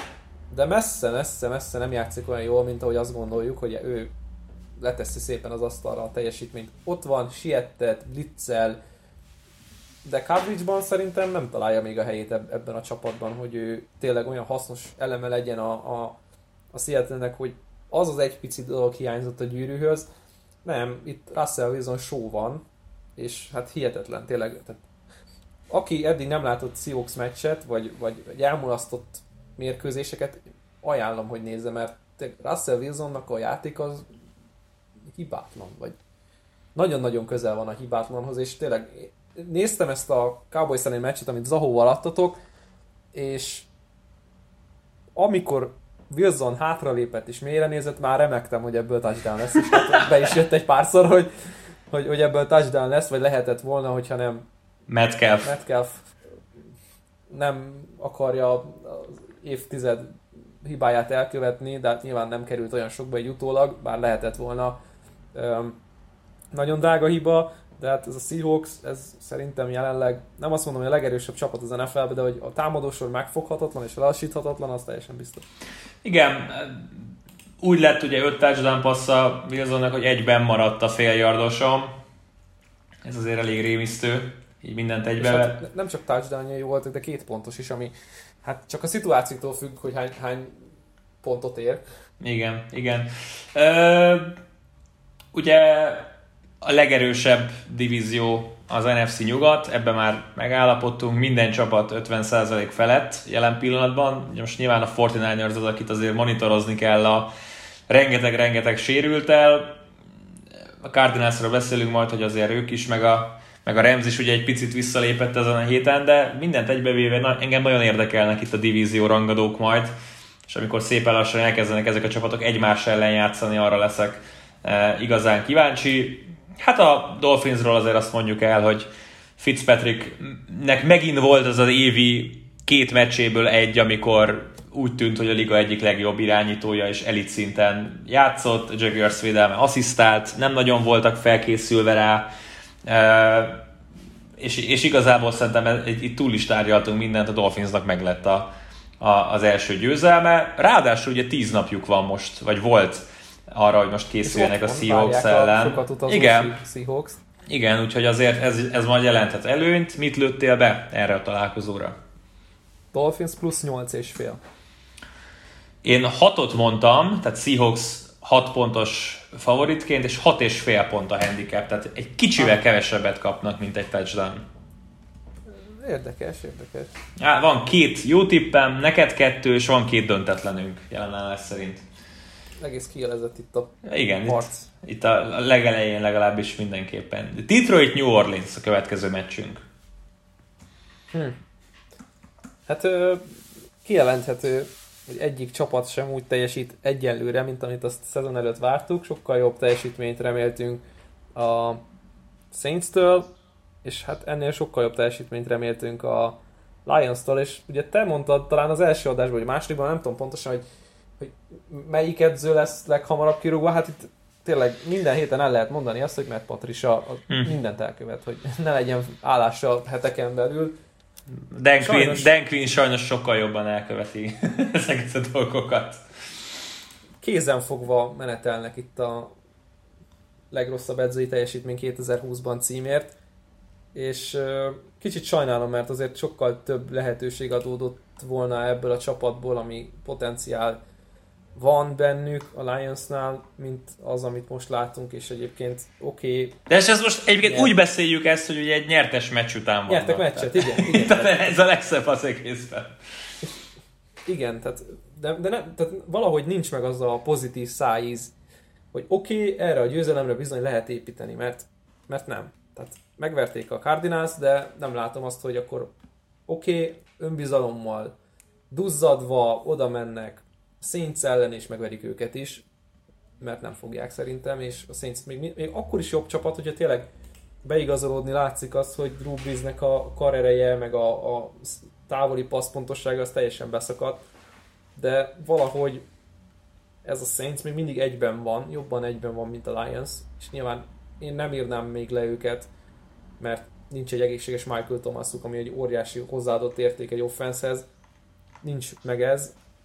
[SPEAKER 3] de messze nem játszik olyan jól, mint ahogy azt gondoljuk, hogy ő leteszi szépen az asztalra a teljesítményt. Ott van, siettet, blitzel, de coverage-ban szerintem nem találja még a helyét ebben a csapatban, hogy ő tényleg olyan hasznos eleme legyen a Seattle-nek, hogy az egy pici dolog hiányzott a gyűrűhöz. Nem, itt Russell Wilson show van, és hát hihetetlen tényleg. Tehát, aki eddig nem látott Seahawks meccset, vagy elmulasztott mérkőzéseket, ajánlom, hogy nézze, mert Russell Wilsonnak a játék az hibátlan, vagy nagyon-nagyon közel van a hibátlanhoz, és tényleg néztem ezt a Cowboys elleni meccset, amit Zahóval adtatok, és amikor Wilson hátralépett és mélyre nézett, már remektem, hogy ebből touchdown lesz, és hát be is jött egy párszor, hogy ebből touchdown lesz, vagy lehetett volna, hogyha nem Metcalf nem akarja az évtized hibáját elkövetni, de hát nyilván nem került olyan sokba egy utólag, bár lehetett volna nagyon drága hiba, de hát ez a Seahawks, ez szerintem jelenleg, nem azt mondom, hogy a legerősebb csapat az NFL-be, de hogy a támadósor megfoghatatlan és lelassíthatatlan, az teljesen biztos.
[SPEAKER 1] Igen, úgy lett ugye 5 touchdown passza Wilsonnak, hogy egyben maradt a féljardosom. Ez azért elég rémisztő, így mindent egyben.
[SPEAKER 3] Hát nem csak touchdownjai voltak, de 2 pontos is, ami hát csak a szituációtól függ, hogy hány pontot ér.
[SPEAKER 1] Igen. Ugye a legerősebb divízió az NFC Nyugat, ebben már megállapodtunk, minden csapat 50% felett jelen pillanatban. Most nyilván a 49ers az, akit azért monitorozni kell a rengeteg sérülttel. A Cardinalsról beszélünk majd, hogy azért ők is, meg a Rams is ugye egy picit visszalépett ezen a héten, de mindent egybevéve engem nagyon érdekelnek itt a divízió rangadók majd, és amikor szépen lassan elkezdenek ezek a csapatok egymás ellen játszani, arra leszek igazán kíváncsi. Hát a Dolphinsról azért azt mondjuk el, hogy Fitzpatricknek megint volt az az évi 2 meccséből egy, amikor úgy tűnt, hogy a liga egyik legjobb irányítója és elit szinten játszott, Jaguars védelme asszisztált, nem nagyon voltak felkészülve rá, és igazából szerintem itt túl is tárgyaltunk mindent, a Dolphinsnak meg lett az első győzelme. Ráadásul ugye 10 napjuk van most, vagy volt arra, hogy most készüljenek a Seahawks ellen.
[SPEAKER 3] Igen.
[SPEAKER 1] Igen, úgyhogy azért ez majd jelenthet előnyt. Mit lőttél be erre a találkozóra?
[SPEAKER 3] Dolphins plusz 8,5.
[SPEAKER 1] Én 6-ot mondtam, tehát Seahawks 6 pontos favoritként, és 6,5 pont a handicap, tehát egy kicsivel kevesebbet kapnak, mint egy touchdown.
[SPEAKER 3] Érdekes.
[SPEAKER 1] Van 2 jó tippem, neked 2, és van 2 döntetlenünk jelenállás szerint.
[SPEAKER 3] Egész kielezett itt a
[SPEAKER 1] igen, itt a legelején legalábbis mindenképpen. Detroit New Orleans a következő meccsünk.
[SPEAKER 3] Hát kijelenthető, hogy egyik csapat sem úgy teljesít egyenlőre, mint amit azt szezon előtt vártuk. Sokkal jobb teljesítményt reméltünk a Saints-től, és hát ennél sokkal jobb teljesítményt reméltünk a Lions-tól, és ugye te mondtad talán az első adásban, vagy másodikban, nem tudom pontosan, hogy melyik edző lesz leghamarabb kirúgva, hát itt tényleg minden héten el lehet mondani azt, hogy Matt Patricia mindent elkövet, hogy ne legyen állása heteken belül.
[SPEAKER 1] Dan Quinn sajnos sokkal jobban elköveti ezeket a dolgokat.
[SPEAKER 3] Kézenfogva menetelnek itt a legrosszabb edzői teljesítmény 2020-ban címért, és kicsit sajnálom, mert azért sokkal több lehetőség adódott volna ebből a csapatból, ami potenciál van bennük a Lionsnál, mint az, amit most látunk, és egyébként oké.
[SPEAKER 1] De ez most egyébként úgy beszéljük ezt, hogy ugye egy nyertes meccs után vannak.
[SPEAKER 3] Nyertek meccset, igen.
[SPEAKER 1] Tehát ez a legszebb az egészben.
[SPEAKER 3] Igen, tehát valahogy nincs meg az a pozitív szájíz, hogy oké, erre a győzelemre bizony lehet építeni, mert nem. Tehát megverték a Cardinals, de nem látom azt, hogy akkor oké, önbizalommal, duzzadva oda mennek Saints ellen, és megverik őket is, mert nem fogják szerintem, és a Saints még akkor is jobb csapat, hogyha tényleg beigazolódni látszik az, hogy Drew Breesnek a karereje, meg a távoli passzpontossága az teljesen beszakadt, de valahogy ez a Saints még mindig jobban egyben van, mint a Lions, és nyilván én nem írnám még le őket, mert nincs egy egészséges Michael Thomasuk, ami egy óriási hozzáadott érték egy offensehez, nincs meg ez,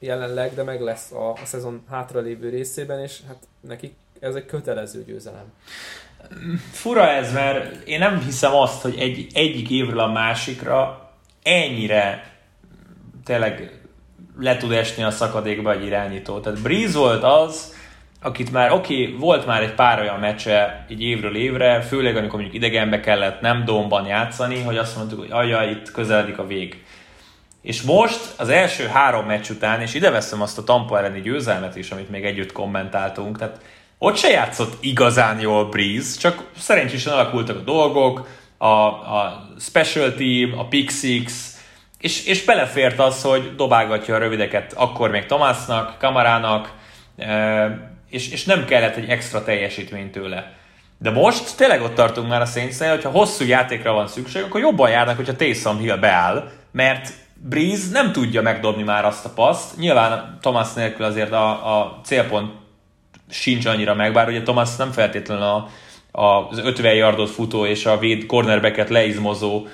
[SPEAKER 3] jelenleg, de meg lesz a szezon hátralévő részében, és hát nekik ez egy kötelező győzelem.
[SPEAKER 1] Fura ez, mert én nem hiszem azt, hogy egyik évről a másikra ennyire tényleg le tud esni a szakadékba egy irányító. Tehát Breeze volt az, akit már volt már egy pár olyan meccse így évről évre, főleg amikor mondjuk idegenbe kellett nem dómban játszani, hogy azt mondtuk, hogy ajaj, itt közeledik a vég. És most az első 3 meccs után, és ide veszem azt a Tampa elleni győzelmet is, amit még együtt kommentáltunk, tehát ott se játszott igazán jól Breeze, csak szerencsésen alakultak a dolgok, a special team, a pick six, és belefért az, hogy dobálgatja a rövideket akkor még Thomasnak, Kamarának, és nem kellett egy extra teljesítmény tőle. De most tényleg ott tartunk már a Saintsnél, hogyha hosszú játékra van szükség, akkor jobban járnak, hogyha Taysom Hill beáll, mert Breeze nem tudja megdobni már azt a paszt. Nyilván Thomas nélkül azért a célpont sincs annyira meg, bár ugye Thomas nem feltétlenül az 50 yardot futó és a véd cornerbacket leizmozó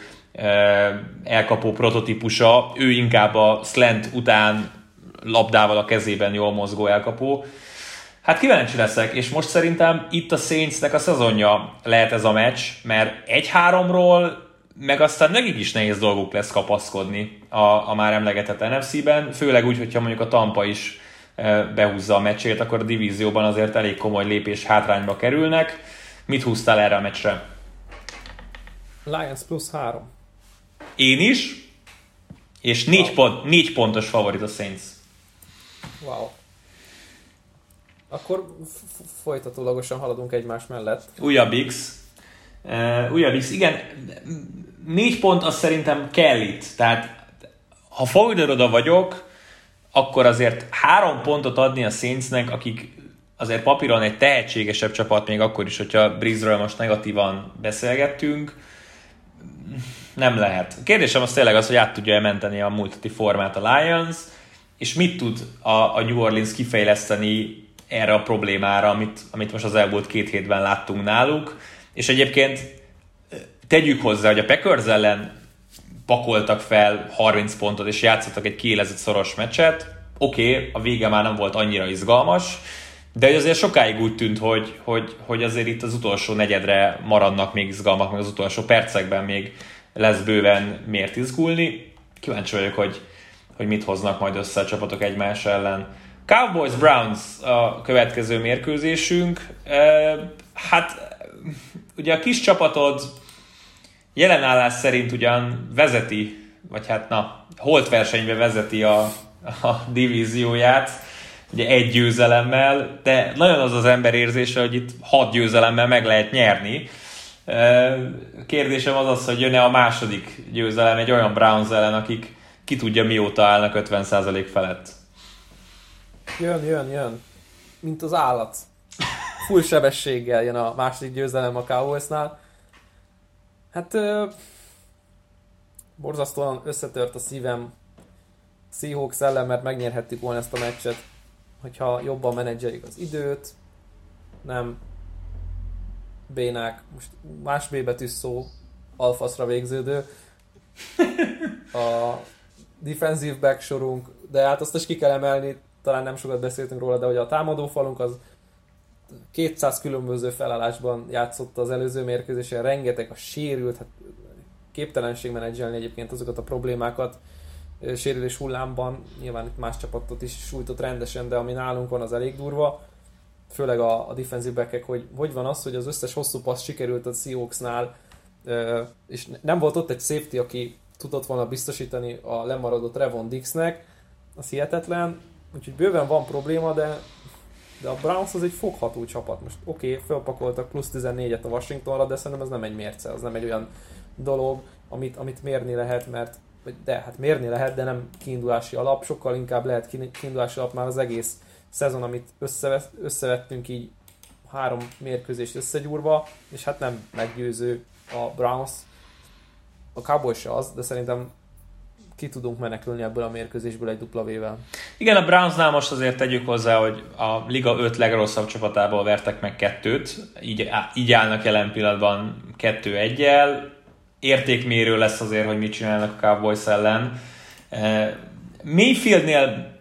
[SPEAKER 1] elkapó prototípusa, ő inkább a slant után labdával a kezében jól mozgó elkapó. Hát kíváncsi leszek, és most szerintem itt a Saintsnek a szezonja lehet ez a meccs, mert 1-3-ról meg aztán nekik is nehéz dolguk lesz kapaszkodni a már emlegetett NFC-ben, főleg úgy, hogyha mondjuk a Tampa is behúzza a meccsét, akkor a divízióban azért elég komoly lépés hátrányba kerülnek. Mit húztál erre a meccsre?
[SPEAKER 3] Lions +3.
[SPEAKER 1] Én is, és 4 pontos favorit a Saints.
[SPEAKER 3] Wow. Akkor folytatólagosan haladunk egymás mellett.
[SPEAKER 1] Újabb X. Igen, 4 pont az szerintem kell itt. Tehát ha Fogderoda vagyok, akkor azért 3 pontot adni a Saintsnek, akik azért papíron egy tehetségesebb csapat, még akkor is, hogyha Breeze-ről most negatívan beszélgettünk, nem lehet. A kérdésem az tényleg az, hogy át tudja menteni a múlt heti formát a Lions, és mit tud a New Orleans kifejleszteni erre a problémára, amit most az elmúlt 2 hétben láttunk náluk. És egyébként tegyük hozzá, hogy a Packers ellen pakoltak fel 30 pontot, és játszottak egy kiélezett szoros meccset. Oké, a vége már nem volt annyira izgalmas, de azért sokáig úgy tűnt, hogy azért itt az utolsó negyedre maradnak még izgalmak, meg az utolsó percekben még lesz bőven miért izgulni. Kíváncsi vagyok, hogy mit hoznak majd össze a csapatok egymás ellen. Cowboys-Browns a következő mérkőzésünk. Hát ugye a kis csapatod jelenállás szerint ugyan vezeti, vagy hát holt versenybe vezeti a divízióját, ugye 1 győzelemmel, de nagyon az ember érzése, hogy itt 6 győzelemmel meg lehet nyerni. Kérdésem az, hogy jön-e a második győzelem egy olyan Browns ellen, akik ki tudja mióta állnak 50% felett.
[SPEAKER 3] Jön. Mint az állat. Full sebességgel jön a második győzelem a Cowboysnál. Hát borzasztóan összetört a szívem Seahawks ellen, mert megnyerhettük volna ezt a meccset, hogyha jobban menedzselik az időt, nem bénák, most más B betűs szó, alfaszra végződő. A defensive back sorunk, de hát azt is ki kell emelni, talán nem sokat beszéltünk róla, de hogy a támadófalunk az 200 különböző felállásban játszott az előző mérkőzésen, rengeteg a sérült, hát képtelenség menedzselni egyébként azokat a problémákat sérülés hullámban, nyilván itt más csapatot is sújtott rendesen, de ami nálunk van, az elég durva, főleg a defensive back-ek, hogy van az, hogy az összes hosszú passz sikerült a Seahawksnál, és nem volt ott egy safety, aki tudott volna biztosítani a lemaradott Trevon Dixnek, az hihetetlen, úgyhogy bőven van probléma, de a Browns az egy fogható csapat. Most oké, felpakoltak plusz 14-et a Washingtonra, de szerintem ez nem egy mérce, az nem egy olyan dolog, amit mérni lehet, mérni lehet, de nem kiindulási alap, sokkal inkább lehet kiindulási alap már az egész szezon, amit összevettünk így 3 mérkőzést összegyúrva, és hát nem meggyőző a Browns. A Cowboys se az, de szerintem ki tudunk menekülni ebből a mérkőzésből egy W-vel.
[SPEAKER 1] Igen, a Brownsnál most azért tegyük hozzá, hogy a liga 5 legrosszabb csapatából vertek meg 2-t, így állnak jelen pillanatban 2-1-jel. Értékmérő lesz azért, hogy mit csinálnak a Cowboys ellen. Mayfieldnél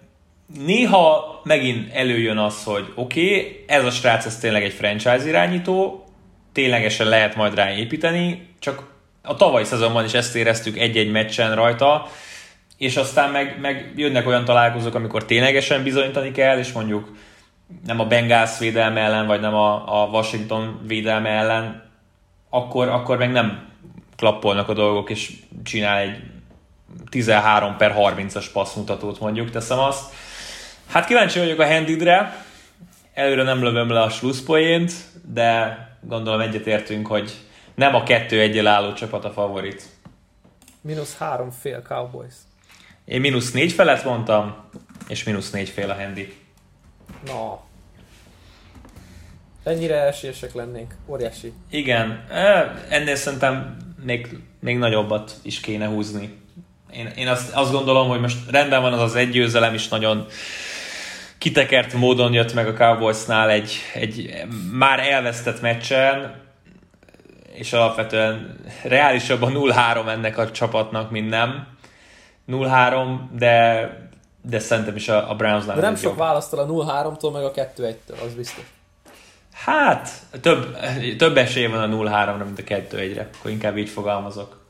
[SPEAKER 1] néha megint előjön az, hogy oké, ez a srác, ez tényleg egy franchise irányító, ténylegesen lehet majd rá építeni, csak a tavalyi szezonban is ezt éreztük egy-egy meccsen rajta, és aztán meg jönnek olyan találkozók, amikor ténylegesen bizonyítani kell, és mondjuk nem a Bengals védelme ellen, vagy nem a Washington védelme ellen, akkor meg nem klappolnak a dolgok, és csinál egy 13/30-as passzmutatót, mondjuk, teszem azt. Hát kíváncsi vagyok a Handidre, előre nem lövöm le a slusszpoént, de gondolom egyetértünk, hogy nem a 2-1-jel álló csapat a favorit.
[SPEAKER 3] -3,5 Cowboys.
[SPEAKER 1] Én -4 felett mondtam, és -4,5 a Handy.
[SPEAKER 3] Na. Ennyire esélyesek lennénk. Óriási.
[SPEAKER 1] Igen, ennél szerintem még nagyobbat is kéne húzni. Én azt gondolom, hogy most rendben van az egy győzelem is nagyon kitekert módon jött meg a Cowboysnál egy már elvesztett meccsen, és alapvetően reálisabb a 0-3 ennek a csapatnak, mint nem. 0-3, de szerintem is a Brownsnál.
[SPEAKER 3] De nem sok választal a 0-3-tól meg a 2-1-től, az biztos.
[SPEAKER 1] Hát, több esély van a 0-3-ra, mint a 2-1-re. Akkor inkább így fogalmazok.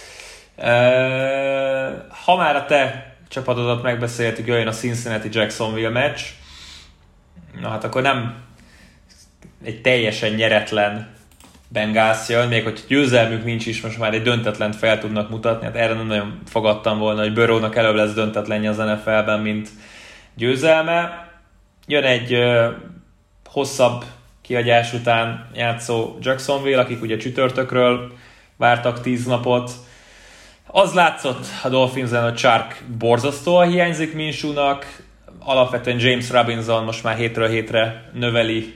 [SPEAKER 1] Ha már a te csapatodat megbeszéltük, jöjjön a Cincinnati-Jacksonville meccs. Na hát akkor nem egy teljesen nyeretlen Bengals jön, még hogy győzelmük nincs is, most már egy döntetlent fel tudnak mutatni. Hát erre nem nagyon fogadtam volna, hogy Burrownak előbb lesz döntetlenje az NFL-ben, mint győzelme. Jön egy hosszabb kihagyás után játszó Jacksonville, akik ugye csütörtökről vártak 10 napot. Az látszott a Dolphinsen, hogy Chark borzasztóan hiányzik Minshewnak, alapvetően James Robinson most már hétről hétre növeli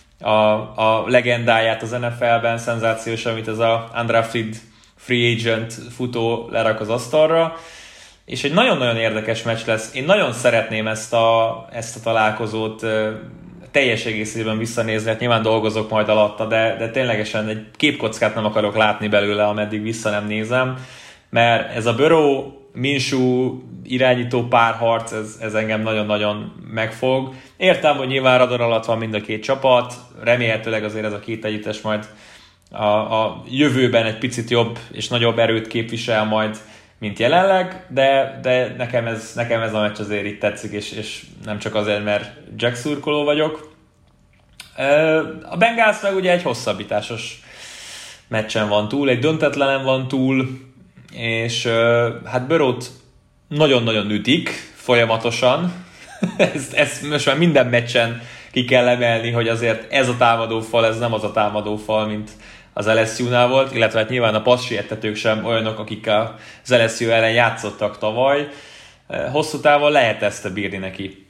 [SPEAKER 1] a legendáját az NFL-ben, szenzációs, amit ez a undrafted free agent futó lerak az asztalra, és egy nagyon-nagyon érdekes meccs lesz. Én nagyon szeretném ezt a találkozót teljes egészében visszanézni, hát nyilván dolgozok majd alatta, de ténylegesen egy képkockát nem akarok látni belőle, ameddig vissza nem nézem, mert ez a Burrow Minshew irányító párharc, ez engem nagyon-nagyon megfog. Értem, hogy nyilván radar alatt van mind a két csapat, remélhetőleg azért ez a két együttes majd a jövőben egy picit jobb és nagyobb erőt képvisel majd, mint jelenleg, de nekem ez a meccs azért itt tetszik, és nem csak azért, mert Jack szurkoló vagyok. A Bengals meg ugye egy hosszabbításos meccsen van túl, egy döntetlenen van túl, és hát Burrowt nagyon-nagyon ütik folyamatosan. ezt most már minden meccsen ki kell emelni, hogy azért ez a támadófal, ez nem az a támadófal, mint az LSU-nál volt, illetve hát nyilván a passzsiettetők sem olyanok, akikkel az LSU ellen játszottak tavaly. Hosszú távon lehet ezt bírni neki.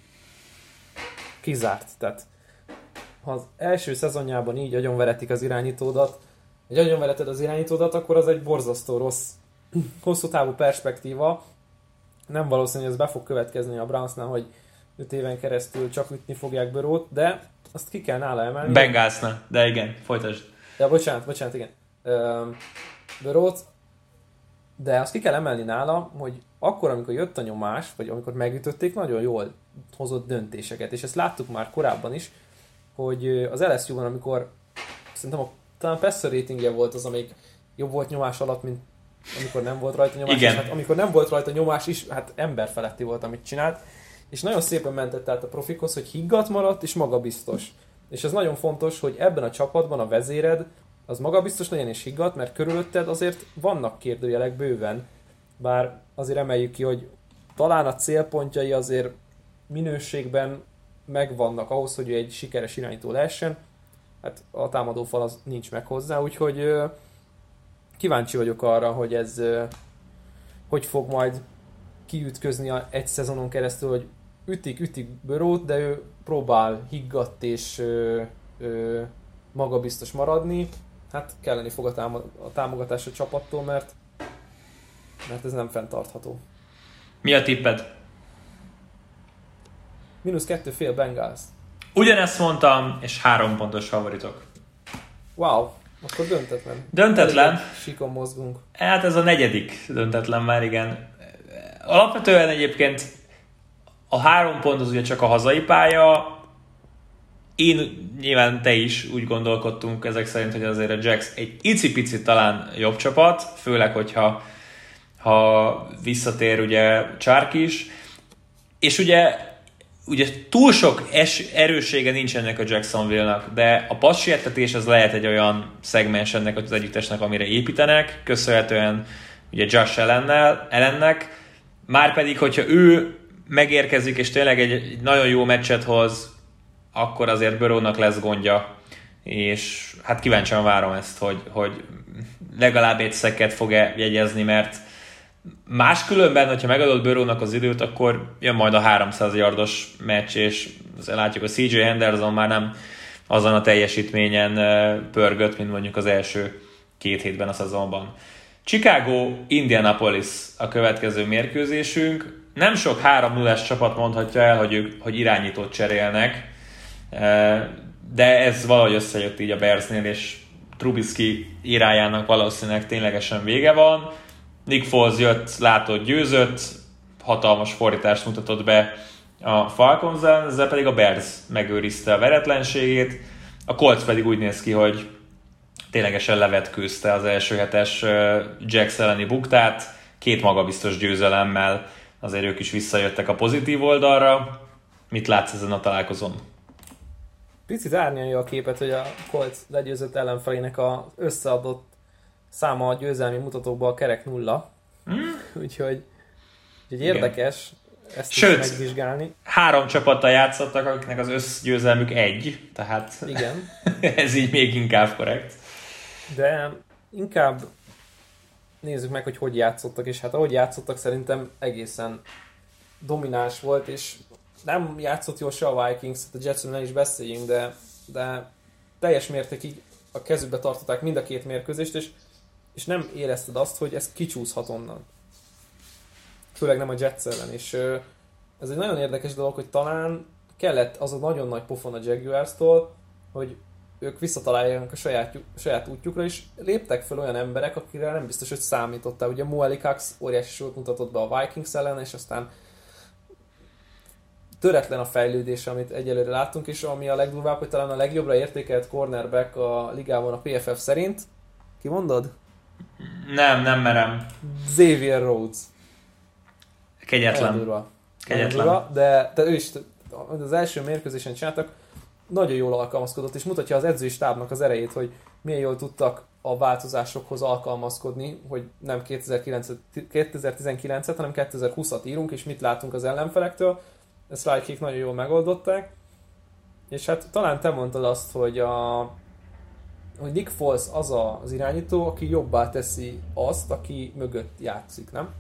[SPEAKER 3] Kizárt. Tehát ha az első szezonjában így agyonveretik az irányítódat, agyonvereted az irányítódat, akkor az egy borzasztó rossz hosszú távú perspektíva. Nem valószínű, hogy ez be fog következni a Brownsnál, hogy 5 éven keresztül csak ütni fogják Burrowt, de azt ki kell nála emelni.
[SPEAKER 1] Bengalsnál, de igen, folytasd.
[SPEAKER 3] Ja, bocsánat, igen. Burrowt, de azt ki kell emelni nála, hogy akkor, amikor jött a nyomás, vagy amikor megütötték, nagyon jól hozott döntéseket, és ezt láttuk már korábban is, hogy az LSU-ban, amikor szerintem talán passer ratingje volt az, amelyik jobb volt nyomás alatt, mint amikor nem volt rajta nyomás,
[SPEAKER 1] igen.
[SPEAKER 3] És hát amikor nem volt rajta nyomás is, hát emberfeletti volt, amit csinált, és nagyon szépen mentett át a profikhoz, hogy higgadt maradt, és magabiztos. És ez nagyon fontos, hogy ebben a csapatban a vezéred az magabiztos legyen és higgadt, mert körülötted azért vannak kérdőjelek bőven, bár azért emeljük ki, hogy talán a célpontjai azért minőségben megvannak ahhoz, hogy ő egy sikeres irányító lehessen, hát a támadófal az nincs meg hozzá, úgyhogy kíváncsi vagyok arra, hogy ez hogy fog majd kiütközni egy szezonon keresztül, hogy ütik Burrowt, de ő próbál higgadt és magabiztos maradni. Hát kelleni fog a támogatás a csapattól, mert ez nem fenntartható.
[SPEAKER 1] Mi a tipped?
[SPEAKER 3] -2,5 Bengals.
[SPEAKER 1] Ugyanezt mondtam, és 3 pontos favoritok.
[SPEAKER 3] Wow, akkor döntetlen.
[SPEAKER 1] Döntetlen?
[SPEAKER 3] Síkon mozgunk.
[SPEAKER 1] Hát ez a 4. döntetlen már, igen. Alapvetően egyébként A 3 pont az ugye csak a hazai pálya. Én, nyilván te is úgy gondolkodtunk ezek szerint, hogy azért a Jacks egy icipicit talán jobb csapat, főleg, hogyha visszatér ugye Chark is. És ugye túl sok erőssége nincs ennek a Jacksonville-nak, de a passzsértetés az lehet egy olyan szegmens ennek az együttesnek, amire építenek, köszönhetően ugye Josh Allennek, márpedig, hogyha ő megérkezik, és tényleg egy nagyon jó meccset hoz, akkor azért Burrownak lesz gondja, és hát kíváncsian várom ezt, hogy legalább egy szeket fog-e jegyezni, mert máskülönben, hogyha megadod Burrownak az időt, akkor jön majd a 300 yardos meccs, és látjuk, a CJ Henderson már nem azon a teljesítményen pörgött, mint mondjuk az első 2 hétben a szezonban. Chicago, Indianapolis a következő mérkőzésünk. Nem sok 3-0-es csapat mondhatja el, hogy irányítót cserélnek, de ez valahogy összejött így a Bearsnél, és Trubisky irájának valószínűleg ténylegesen vége van. Nick Foles jött, látott, győzött, hatalmas fordítást mutatott be a Falcons-en, ezzel pedig a Bears megőrizte a veretlenségét. A Colts pedig úgy néz ki, hogy ténylegesen levetkőzte az első hetes Jacks elleni buktát, 2 magabiztos győzelemmel azért ők is visszajöttek a pozitív oldalra. Mit látsz ezen a találkozón?
[SPEAKER 3] Picit árnyalja a képet, hogy a Colts legyőzött ellenfelének az összeadott száma a győzelmi mutatókban a kerek 0. Úgyhogy érdekes ezt is megvizsgálni.
[SPEAKER 1] 3 csapattal játszottak, akiknek az összgyőzelmük 1, tehát
[SPEAKER 3] igen.
[SPEAKER 1] Ez így még inkább korrekt.
[SPEAKER 3] De inkább nézzük meg, hogy játszottak, és hát ahogy játszottak szerintem egészen domináns volt, és nem játszott jól se a Vikings, a Jetsről ne is beszéljünk, de teljes mértékig a kezükbe tartották mind a 2 mérkőzést, és nem érezted azt, hogy ez kicsúszhat onnan. Főleg nem a Jets ellen, és ez egy nagyon érdekes dolog, hogy talán kellett az a nagyon nagy pofon a Jaguars-tól, hogy ők visszataláljanak a saját útjukra, és léptek fel olyan emberek, akire nem biztos, hogy számítottál. Ugye Mo Alie-Cox óriási sót mutatott be a Vikings ellen, és aztán töretlen a fejlődés, amit egyelőre láttunk, és ami a legdurvább, hogy talán a legjobbra értékelt cornerback a ligában a PFF szerint. Ki mondod?
[SPEAKER 1] Nem merem.
[SPEAKER 3] Xavier Rhodes.
[SPEAKER 1] Kegyetlen.
[SPEAKER 3] De ő is az első mérkőzésen csináltak, nagyon jól alkalmazkodott, és mutatja az edzői stábnak az erejét, hogy milyen jól tudtak a változásokhoz alkalmazkodni, hogy nem 2019-et, hanem 2020-at írunk, és mit látunk az ellenfelektől. Ezt Rijkék nagyon jól megoldották. És hát talán te mondtad azt, hogy Nick Foles az az irányító, aki jobbá teszi azt, aki mögött játszik, nem?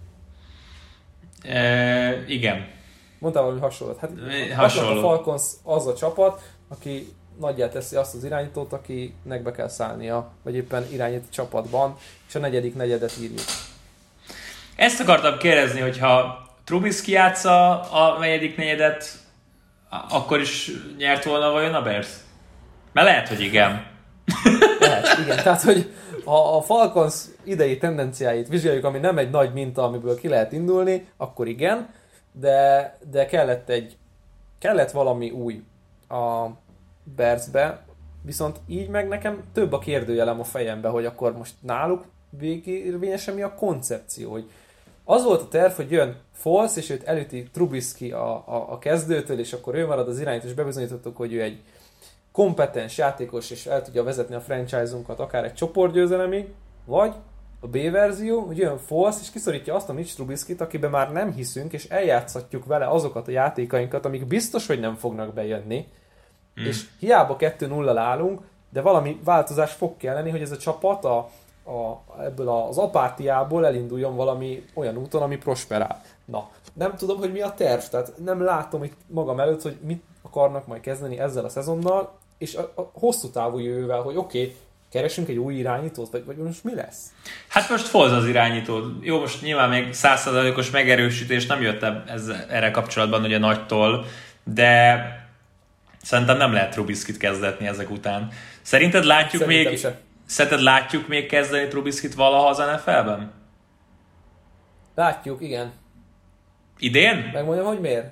[SPEAKER 1] Igen.
[SPEAKER 3] Mondtál valami hasonlót. Hát
[SPEAKER 1] hasonló.
[SPEAKER 3] A Falcons az a csapat, aki nagyjá teszi azt az irányítót, akinek be kell szállnia, vagy éppen irányít a csapatban, és a negyedik negyedet írjuk.
[SPEAKER 1] Ezt akartam kérdezni, hogyha Trubisky játsza a negyedik negyedet, akkor is nyert volna vajon a Bears? Mert lehet, hogy igen.
[SPEAKER 3] Lehet, igen. Tehát, hogy a Falcons idei tendenciáit vizsgáljuk, ami nem egy nagy minta, amiből ki lehet indulni, akkor igen, de kellett valami új a Bearsbe, viszont így meg nekem több a kérdőjelem a fejembe, hogy akkor most náluk végérvényesen mi a koncepció, hogy az volt a terv, hogy jön Foles, és őt elüti Trubisky a kezdőtől, és akkor ő marad az irányító, és bebizonyítottuk, hogy ő egy kompetens játékos, és el tudja vezetni a franchise-unkat akár egy csoportgyőzelemig, vagy a B verzió, hogy jön Foles, és kiszorítja azt a Mitch Trubiskyt, akiben már nem hiszünk, és eljátszhatjuk vele azokat a játékainkat, amik biztos, hogy nem fognak bejönni, és hiába 2-0-al állunk, de valami változás fog kelleni, hogy ez a csapat ebből az apátiából elinduljon valami olyan úton, ami prosperál. Na, nem tudom, hogy mi a terv, tehát nem látom itt magam előtt, hogy mit akarnak majd kezdeni ezzel a szezonnal, és a hosszú távú jövővel, hogy oké, keresünk egy új irányítót, vagy most mi lesz?
[SPEAKER 1] Hát most Foles az irányító. Jó, most nyilván még 100%-os megerősítés nem jött erre kapcsolatban ugye nagytól, de szerintem nem lehet Trubiskyt kezdetni ezek után. Szerinted látjuk még kezdeni Trubiskyt valaha az NFL-ben?
[SPEAKER 3] Látjuk, igen.
[SPEAKER 1] Idén?
[SPEAKER 3] Megmondjam, hogy miért?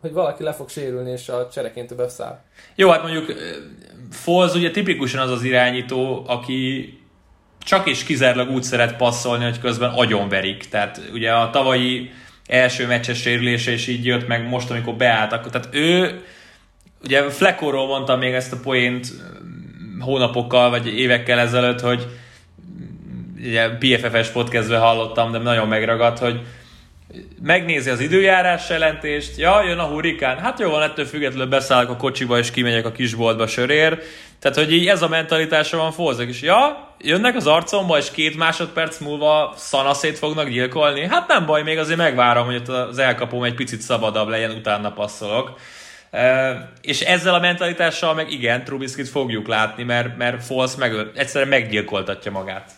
[SPEAKER 3] hogy valaki le fog sérülni, és a csereként beszáll.
[SPEAKER 1] Jó, hát mondjuk Foles ugye tipikusan az az irányító, aki csak és kizárólag úgy szeret passzolni, hogy közben agyonverik. Tehát ugye a tavalyi első meccses sérülése is így jött meg most, amikor beállt. Tehát ő, ugye Fleckóról mondtam még ezt a poént hónapokkal vagy évekkel ezelőtt, hogy ugye PFF-es podcastben hallottam, de nagyon megragadt, hogy megnézi az időjárás jelentést, ja, jön a hurrikán, hát jó van, ettől függetlenül beszállok a kocsiba és kimegyek a kisboltba sörér. Tehát, hogy így ez a mentalitása van Folesnek is. Ja, jönnek az arcomba, és 2 másodperc múlva szanaszét fognak gyilkolni. Hát nem baj, még azért megvárom, hogy az elkapóm egy picit szabadabb legyen, utána passzolok. És ezzel a mentalitással meg igen, Trubiskit fogjuk látni, mert Foles egyszerűen meggyilkoltatja magát.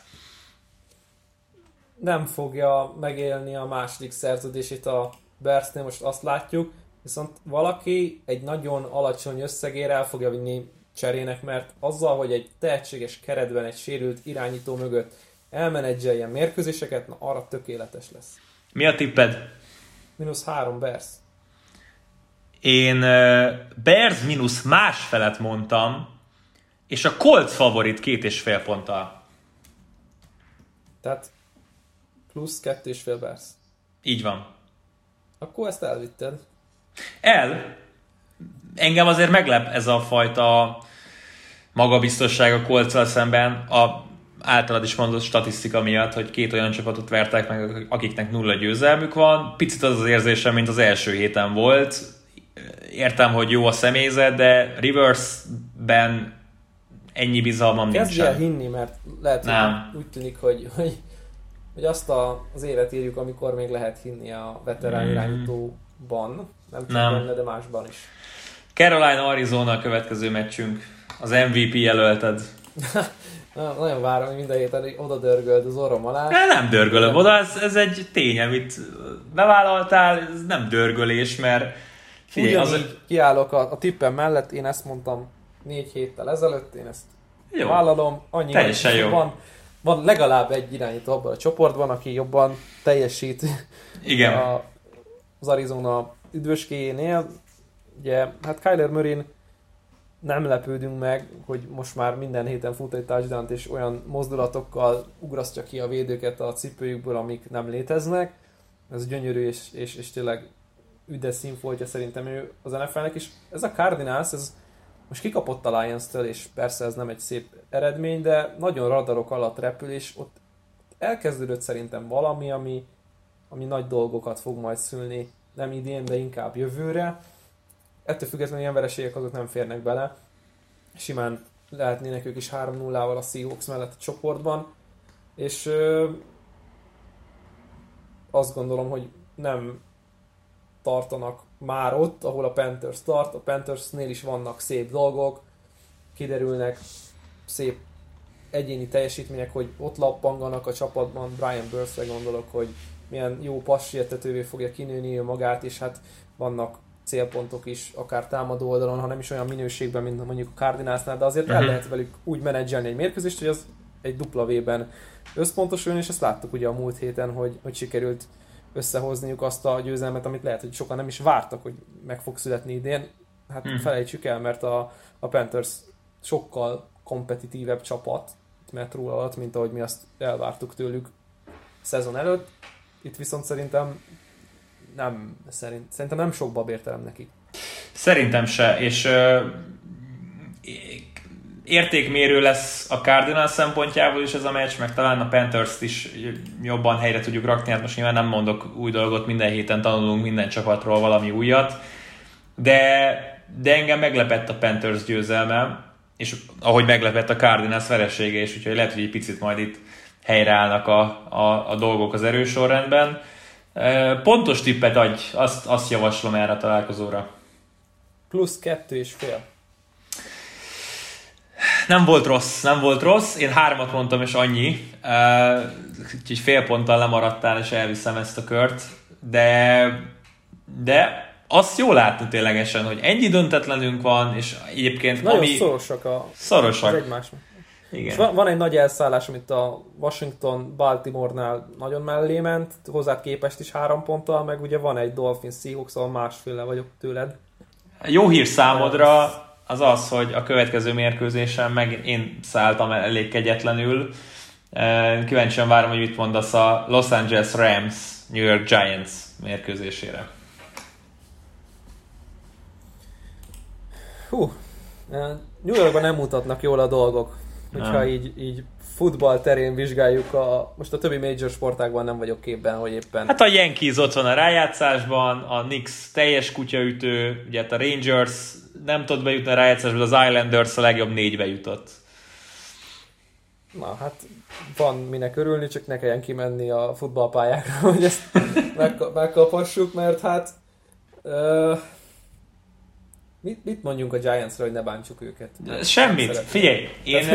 [SPEAKER 3] Nem fogja megélni a második szerződését a Bearsnél, most azt látjuk, viszont valaki egy nagyon alacsony összegére el fogja vinni cserének, mert azzal, hogy egy tehetséges keretben egy sérült irányító mögött elmenedzseljen mérkőzéseket, na arra tökéletes lesz.
[SPEAKER 1] Mi a tipped?
[SPEAKER 3] -3 Bears.
[SPEAKER 1] Én Bears -1,5 mondtam, és a Colts favorit 2,5 ponttal.
[SPEAKER 3] Tehát +2,5 Bears.
[SPEAKER 1] Így van.
[SPEAKER 3] Akkor ezt elvitted.
[SPEAKER 1] Engem azért meglep ez a fajta magabiztosság a Coltszal szemben, a általad is mondott statisztika miatt, hogy 2 olyan csapatot vertek meg, akiknek 0 győzelmük van. Picit az érzésem, mint az első héten volt. Értem, hogy jó a személyzet, de Riversben ennyi bizalmam nincsen.
[SPEAKER 3] Kezdj el hinni, mert lehet, hogy úgy tűnik, hogy azt az évet írjuk, amikor még lehet hinni a veterán irányítóban. Nem csak benne, de másban is.
[SPEAKER 1] Carolina-Arizona a következő meccsünk. Az MVP jelölted.
[SPEAKER 3] Nagyon várom, hogy minden héten oda dörgöld az orrom alá.
[SPEAKER 1] Nem dörgölöm oda, ez egy tény, amit bevállaltál, ez nem dörgölés, mert
[SPEAKER 3] figyelj, kiállok a tippem mellett, én ezt mondtam 4 héttel ezelőtt, én ezt jó. Vállalom, annyi
[SPEAKER 1] teljesen jó.
[SPEAKER 3] Van legalább egy irányító abban a csoportban, aki jobban teljesít.
[SPEAKER 1] Igen.
[SPEAKER 3] Az Arizona üdvöskéjénél. Ugye, hát Kyler Murrayn nem lepődünk meg, hogy most már minden héten fut egy touchdownt, és olyan mozdulatokkal ugrasztja ki a védőket a cipőjükből, amik nem léteznek. Ez gyönyörű, és tényleg üdes színfoltja szerintem ő az NFL-nek is. Ez a Cardinals, ez most kikapott a Lions-től, és persze ez nem egy szép eredmény, de nagyon radarok alatt repül, és ott elkezdődött szerintem valami, ami nagy dolgokat fog majd szülni, nem idén, de inkább jövőre. Ettől függetlenül ilyen vereségek azok nem férnek bele. Simán lehetnének ők is 3-0-val a Seahawks mellett a csoportban, és azt gondolom, hogy nem tartanak már ott, ahol a Panthers tart. A Panthersnél is vannak szép dolgok, kiderülnek szép egyéni teljesítmények, hogy ott lappanganak a csapatban. Brian Burns-re gondolok, hogy milyen jó passértetővé fogja kinőni magát, és hát vannak célpontok is, akár támadó oldalon, ha nem is olyan minőségben, mint mondjuk a Cardinalsnál, de azért el lehet velük úgy menedzselni egy mérkőzést, hogy az egy W-ben összpontosuljon, és ezt láttuk ugye a múlt héten, hogy sikerült összehozniuk azt a győzelmet, amit lehet, hogy sokan nem is vártak, hogy meg fog születni idén. Hát felejtsük el, mert a Panthers sokkal kompetitívebb csapat metró alatt, mint ahogy mi azt elvártuk tőlük szezon előtt. Itt viszont szerintem nem sok babértelem nekik.
[SPEAKER 1] Szerintem se, és értékmérő lesz a Cardinals szempontjából is ez a meccs, meg talán a Panthers-t is jobban helyre tudjuk rakni, hát most nyilván nem mondok új dolgot, minden héten tanulunk minden csapatról valami újat, de engem meglepett a Panthers győzelme, és ahogy meglepett a Cardinals veresége is, úgyhogy lehet, hogy egy picit majd itt helyreállnak a dolgok az erősorrendben. Pontos tippet adj, azt javaslom erre a találkozóra.
[SPEAKER 3] +2,5.
[SPEAKER 1] Nem volt rossz, én 3-at mondtam, és annyi. Úgyhogy fél ponttal lemaradtál, és elviszem ezt a kört. De azt jól látni ténylegesen, hogy ennyi döntetlenünk van, és egyébként
[SPEAKER 3] nagyon szorosak az egymásnak.
[SPEAKER 1] Igen.
[SPEAKER 3] És van egy nagy elszállás, amit a Washington Baltimore-nál nagyon mellé ment, hozzád képest is 3 ponttal, meg ugye van egy Dolphins Seahawks, ahol másféle vagyok tőled.
[SPEAKER 1] Jó hír számodra az az, hogy a következő mérkőzésen meg én szálltam elég kegyetlenül. Kíváncsian várom, hogy mit mondasz a Los Angeles Rams New York Giants mérkőzésére.
[SPEAKER 3] New Yorkban nem mutatnak jól a dolgok, hogyha így futball terén vizsgáljuk. Most a többi major sportágban nem vagyok képben, hogy éppen...
[SPEAKER 1] Hát a Yankees ott van a rájátszásban, a Knicks teljes kutyaütő, ugye a Rangers nem tud bejutni a rájátszásban, az Islanders a legjobb 4-be jutott.
[SPEAKER 3] Na, hát van minek örülni, csak ne kelljen kimenni a futballpályákra, hogy ezt megkapassuk, mert hát... Mit mondjunk a Giantsra, hogy ne bántsuk őket?
[SPEAKER 1] Semmit. Figyelj,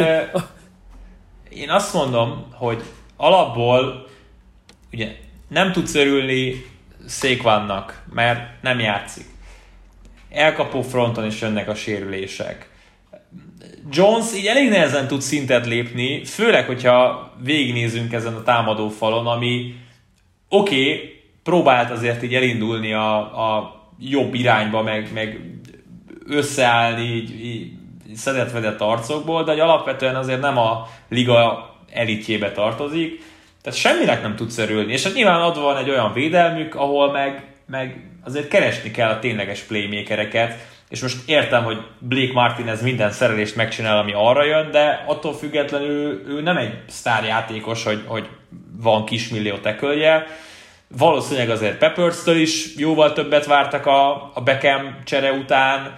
[SPEAKER 1] én azt mondom, hogy alapból ugye nem tudsz örülni Saquonnak, mert nem játszik. Elkapó fronton is jönnek a sérülések. Jones így elég nehezen tud szintet lépni, főleg, hogyha végignézünk ezen a támadó falon, ami próbált azért így elindulni a jobb irányba, meg összeállni így szedett-vedett arcokból, de alapvetően azért nem a liga elitjébe tartozik, tehát semminek nem tudsz örülni, és hát nyilván adva van egy olyan védelmük, ahol meg azért keresni kell a tényleges playmakereket, és most értem, hogy Blake Martinez minden szerelést megcsinál, ami arra jön, de attól függetlenül ő nem egy sztárjátékos, hogy van kismillió tekölje. Valószínűleg azért Peppers-től is jóval többet vártak a Beckham csere után,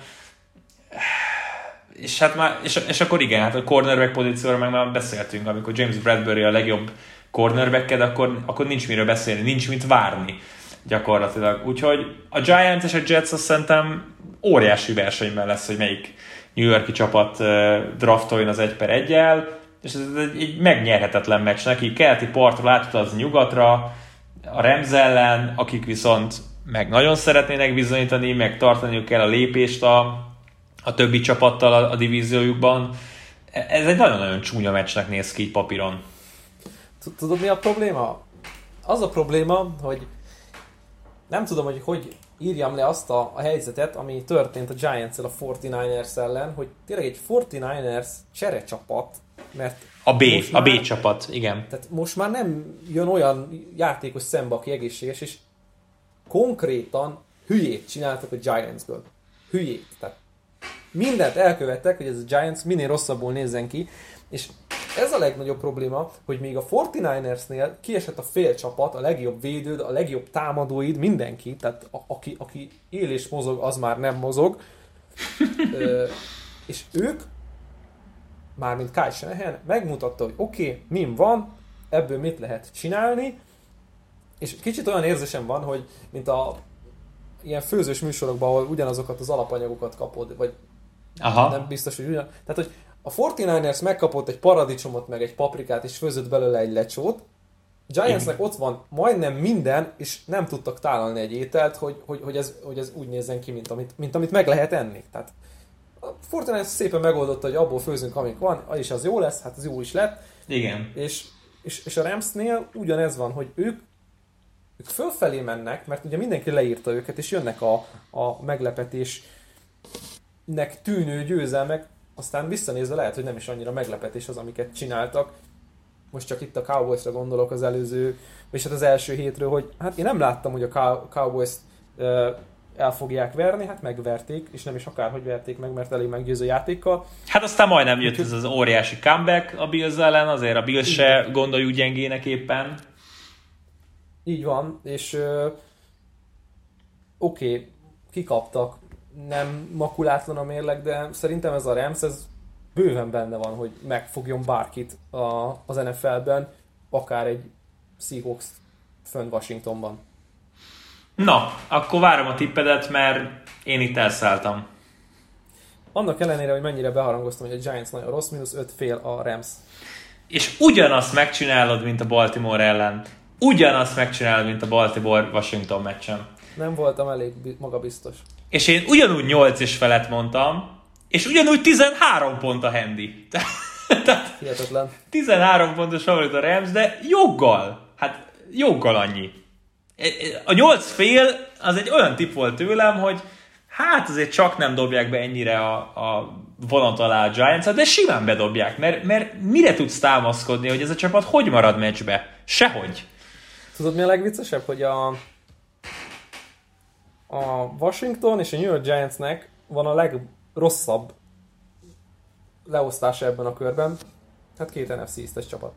[SPEAKER 1] és hát már, és akkor igen, hát a cornerback pozícióra meg már beszéltünk, amikor James Bradbury a legjobb cornerbacked, akkor nincs miről beszélni, nincs mit várni gyakorlatilag. Úgyhogy a Giants és a Jets azt szerintem óriási versenyben lesz, hogy melyik New York-i csapat draftoljon az 1-1-jel, és ez egy megnyerhetetlen meccs neki. Keleti partról átutazni nyugatra, a Rams ellen, akik viszont meg nagyon szeretnének bizonyítani, meg tartaniuk kell a lépést a többi csapattal a divíziójukban. Ez egy nagyon-nagyon csúnya meccsnek néz ki papíron.
[SPEAKER 3] Tudod, mi a probléma? Az a probléma, hogy nem tudom, hogy írjam le azt a helyzetet, ami történt a Giants-el a 49ers ellen, hogy tényleg egy 49ers cserecsapat, mert
[SPEAKER 1] a B csapat, igen.
[SPEAKER 3] Tehát most már nem jön olyan játékos szembe, aki egészséges, és konkrétan hülyét csináltak a Giantsből. Hülyét. Tehát mindent elkövettek, hogy ez a Giants minél rosszabbul nézzen ki, és ez a legnagyobb probléma, hogy még a 49ersnél kiesett a fél csapat, a legjobb védőd, a legjobb támadóid, mindenki, tehát aki él és mozog, az már nem mozog. És ők, mármint Kyle Shanahan, megmutatta, hogy oké, min van, ebből mit lehet csinálni, és kicsit olyan érzésem van, hogy mint a ilyen főzős műsorokban, ahol ugyanazokat az alapanyagokat kapod, vagy nem biztos, hogy ugyan. Tehát, hogy a 49ers megkapott egy paradicsomot, meg egy paprikát, és főzött belőle egy lecsót. Giantsnek ott van majdnem minden, és nem tudtak tálalni egy ételt, hogy ez úgy nézzen ki, mint amit meg lehet enni. Tehát a 49ers szépen megoldotta, hogy abból főzünk, amik van, és az jó lesz, hát az jó is lett.
[SPEAKER 1] Igen.
[SPEAKER 3] És a Ramsnél ugyanez van, hogy ők fölfelé mennek, mert ugye mindenki leírta őket, és jönnek a meglepetésnek tűnő győzelmek, aztán visszanézve lehet, hogy nem is annyira meglepetés az, amiket csináltak. Most csak itt a Cowboysra gondolok az előző, és hát az első hétről, hogy hát én nem láttam, hogy a Cowboys-t el fogják verni, hát megverték, és nem is akárhogy verték meg, mert elég meggyőző játékkal.
[SPEAKER 1] Hát aztán majdnem jött ez az óriási comeback a Bills ellen, azért a Bills se gondoljuk gyengének éppen.
[SPEAKER 3] Így van, és kikaptak, nem makulátlan a mérleg, de szerintem ez a Rams, ez bőven benne van, hogy megfogjon bárkit az NFL-ben, akár egy Seahawks fönn Washingtonban.
[SPEAKER 1] Na, akkor várom a tippedet, mert én itt elszálltam.
[SPEAKER 3] Annak ellenére, hogy mennyire beharangoztam, hogy a Giants nagyon rossz, -5,5 a Rams.
[SPEAKER 1] És ugyanazt megcsinálod, mint a Baltimore ellen. Ugyanazt megcsinálod, mint a Baltimore-Washington meccsen.
[SPEAKER 3] Nem voltam elég magabiztos.
[SPEAKER 1] És én ugyanúgy 8 és felett mondtam, és ugyanúgy 13 pont a handy.
[SPEAKER 3] Hihetetlen.
[SPEAKER 1] 13 pontos favorit a Rams, de joggal. Hát joggal annyi. A 8 fél az egy olyan tipp volt tőlem, hogy hát azért csak nem dobják be ennyire a vonat alá a Giants-et, de simán bedobják, mert mire tudsz támaszkodni, hogy ez a csapat hogy marad meccsbe? Sehogy.
[SPEAKER 3] Tudod, mi a legviccesebb, hogy a Washington és a New York Giantsnek van a legrosszabb leosztása ebben a körben. Hát 2 NFC East-es csapat.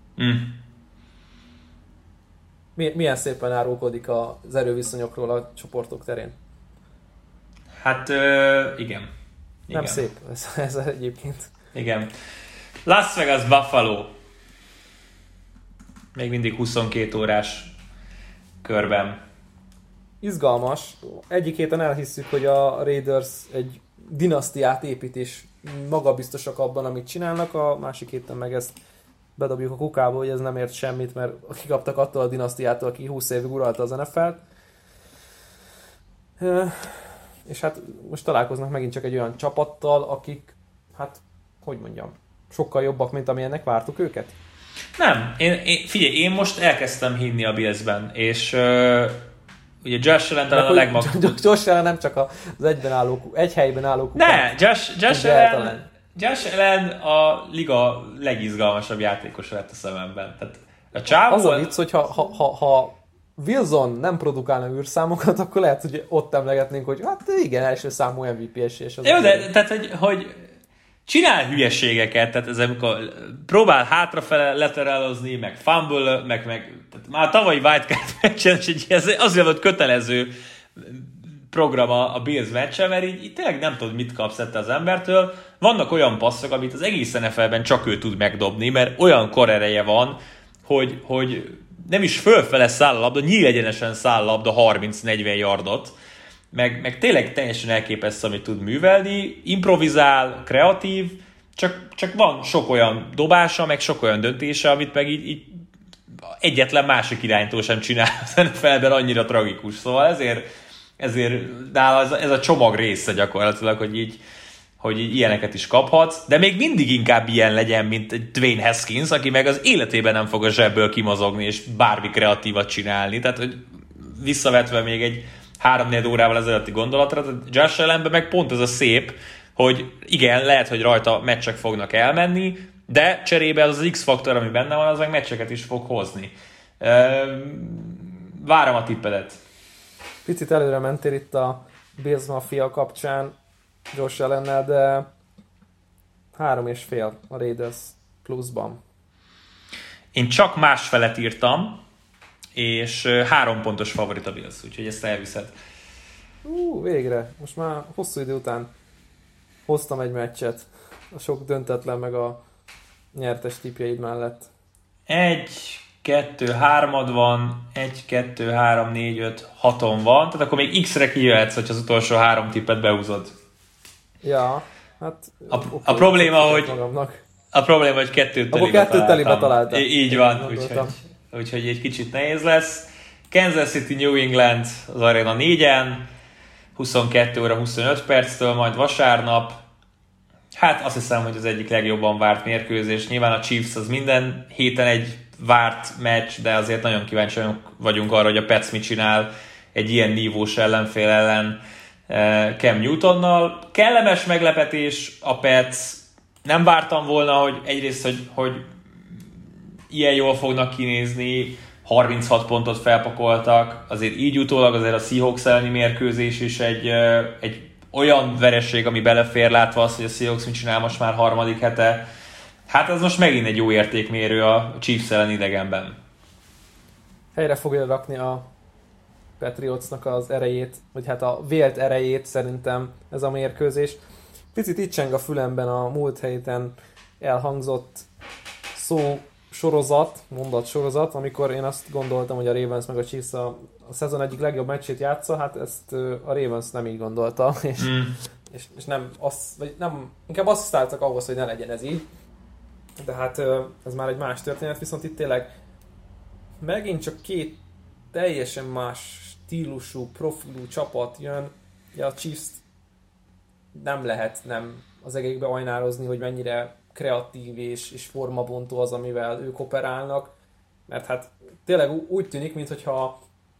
[SPEAKER 3] Milyen szépen árulkodik az erőviszonyokról a csoportok terén.
[SPEAKER 1] Hát igen.
[SPEAKER 3] Nem szép ez egyébként.
[SPEAKER 1] Igen. Las Vegas Buffalo. Még mindig 22 órás körben.
[SPEAKER 3] Izgalmas. Egyik héten elhisszük, hogy a Raiders egy dinasztiát épít, és magabiztosak abban, amit csinálnak, a másik héten meg ezt bedobjuk a kukába, hogy ez nem ért semmit, mert kikaptak attól a dinasztiától, aki 20 évig uralta az NFL-t. És hát most találkoznak megint csak egy olyan csapattal, akik, hát, hogy mondjam, sokkal jobbak, mint amilyennek vártuk őket.
[SPEAKER 1] Nem, figyelj, én most elkezdtem hinni a Billsben, és ugye Josh Allen talán a
[SPEAKER 3] Josh Allen nem csak az egy helyben álló kukát.
[SPEAKER 1] Ne, Josh Allen a liga legizgalmasabb játékosa lett a szememben. Tehát a csávó...
[SPEAKER 3] Az a vicc, hogy ha Wilson nem produkálna űrszámokat, akkor lehet, hogy ott emlegetnénk, hogy hát igen, első számú MVP esélyes.
[SPEAKER 1] Jó, de tehát, hogy csinál hülyeségeket, tehát ez amikor próbál hátrafele leterálozni, meg fumble, meg tehát már tavalyi Wildcard meccsen, és ez azért volt kötelező program a Bills meccsen, mert így tényleg nem tudod, mit kapsz ettől az embertől. Vannak olyan passzok, amit az egész NFL-ben csak ő tud megdobni, mert olyan korereje van, hogy nem is fölfele száll a labda, nyílegyenesen száll a labda 30-40 yardot, meg tényleg teljesen elképesztő, amit tud művelni, improvizál, kreatív, csak van sok olyan dobása, meg sok olyan döntése, amit meg így egyetlen másik iránytól sem csinál az NFL-ben, annyira tragikus. Szóval ezért nála ez a csomag része gyakorlatilag, hogy így ilyeneket is kaphatsz, de még mindig inkább ilyen legyen, mint Dwayne Haskins, aki meg az életében nem fog a zsebből kimozogni, és bármi kreatívat csinálni. Tehát, hogy visszavetve még egy 3-4 órával ezelőtti gondolatra, Josh Allenben meg pont ez a szép, hogy igen, lehet, hogy rajta meccsek fognak elmenni, de cserébe az X-faktor, ami benne van, az meg meccseket is fog hozni. Várom a tippedet.
[SPEAKER 3] Picit előre mentél itt a Bills Mafia kapcsán Josh Allennel, de 3,5 a Raiders pluszban.
[SPEAKER 1] Én csak másfelet írtam, és 3 pontos favorit a Bills, úgyhogy ezt elviszed.
[SPEAKER 3] Végre. Most már hosszú idő után hoztam egy meccset. A sok döntetlen meg a nyertes tippjeid mellett.
[SPEAKER 1] 1, 2, 3-ad van, 1, 2, 3, 4, 5, 6-on van, tehát akkor még X-re kijöhetsz, hogy az utolsó 3 tippet behúzod.
[SPEAKER 3] Ja, hát...
[SPEAKER 1] A probléma, hogy 2 telibe
[SPEAKER 3] találtam.
[SPEAKER 1] Így van, úgyhogy egy kicsit nehéz lesz. Kansas City, New England az Arena 4-en, 22 óra 25 perctől, majd vasárnap. Hát azt hiszem, hogy az egyik legjobban várt mérkőzés. Nyilván a Chiefs az minden héten egy várt meccs, de azért nagyon kíváncsi vagyunk arra, hogy a Pets mit csinál egy ilyen nívós ellenfél ellen Cam Newtonnal. Kellemes meglepetés a Pets. Nem vártam volna, hogy egyrészt, hogy ilyen jól fognak kinézni, 36 pontot felpakoltak, azért így utólag azért a Seahawks elleni mérkőzés is egy olyan vereség, ami belefér, látva azt, hogy a Seahawks mit csinál most már 3. hete. Hát ez most megint egy jó értékmérő a Chiefs ellen idegenben.
[SPEAKER 3] Helyre fogja rakni a Patriotsnak az erejét, vagy hát a vélt erejét szerintem ez a mérkőzés. Picit itt cseng a fülemben a múlt héten elhangzott mondatsorozat, amikor én azt gondoltam, hogy a Ravens meg a Chiefs a szezon egyik legjobb meccsét játsza, hát ezt a Ravens nem így gondolta, és nem, inkább asszisztáltak ahhoz, hogy ne legyen ez így. De hát ez már egy más történet, viszont itt tényleg megint csak 2 teljesen más stílusú, profilú csapat jön. Ja, a Chiefs nem lehet nem az egekbe ajnározni, hogy mennyire kreatív és formabontó az, amivel ők operálnak, mert hát tényleg úgy tűnik, mintha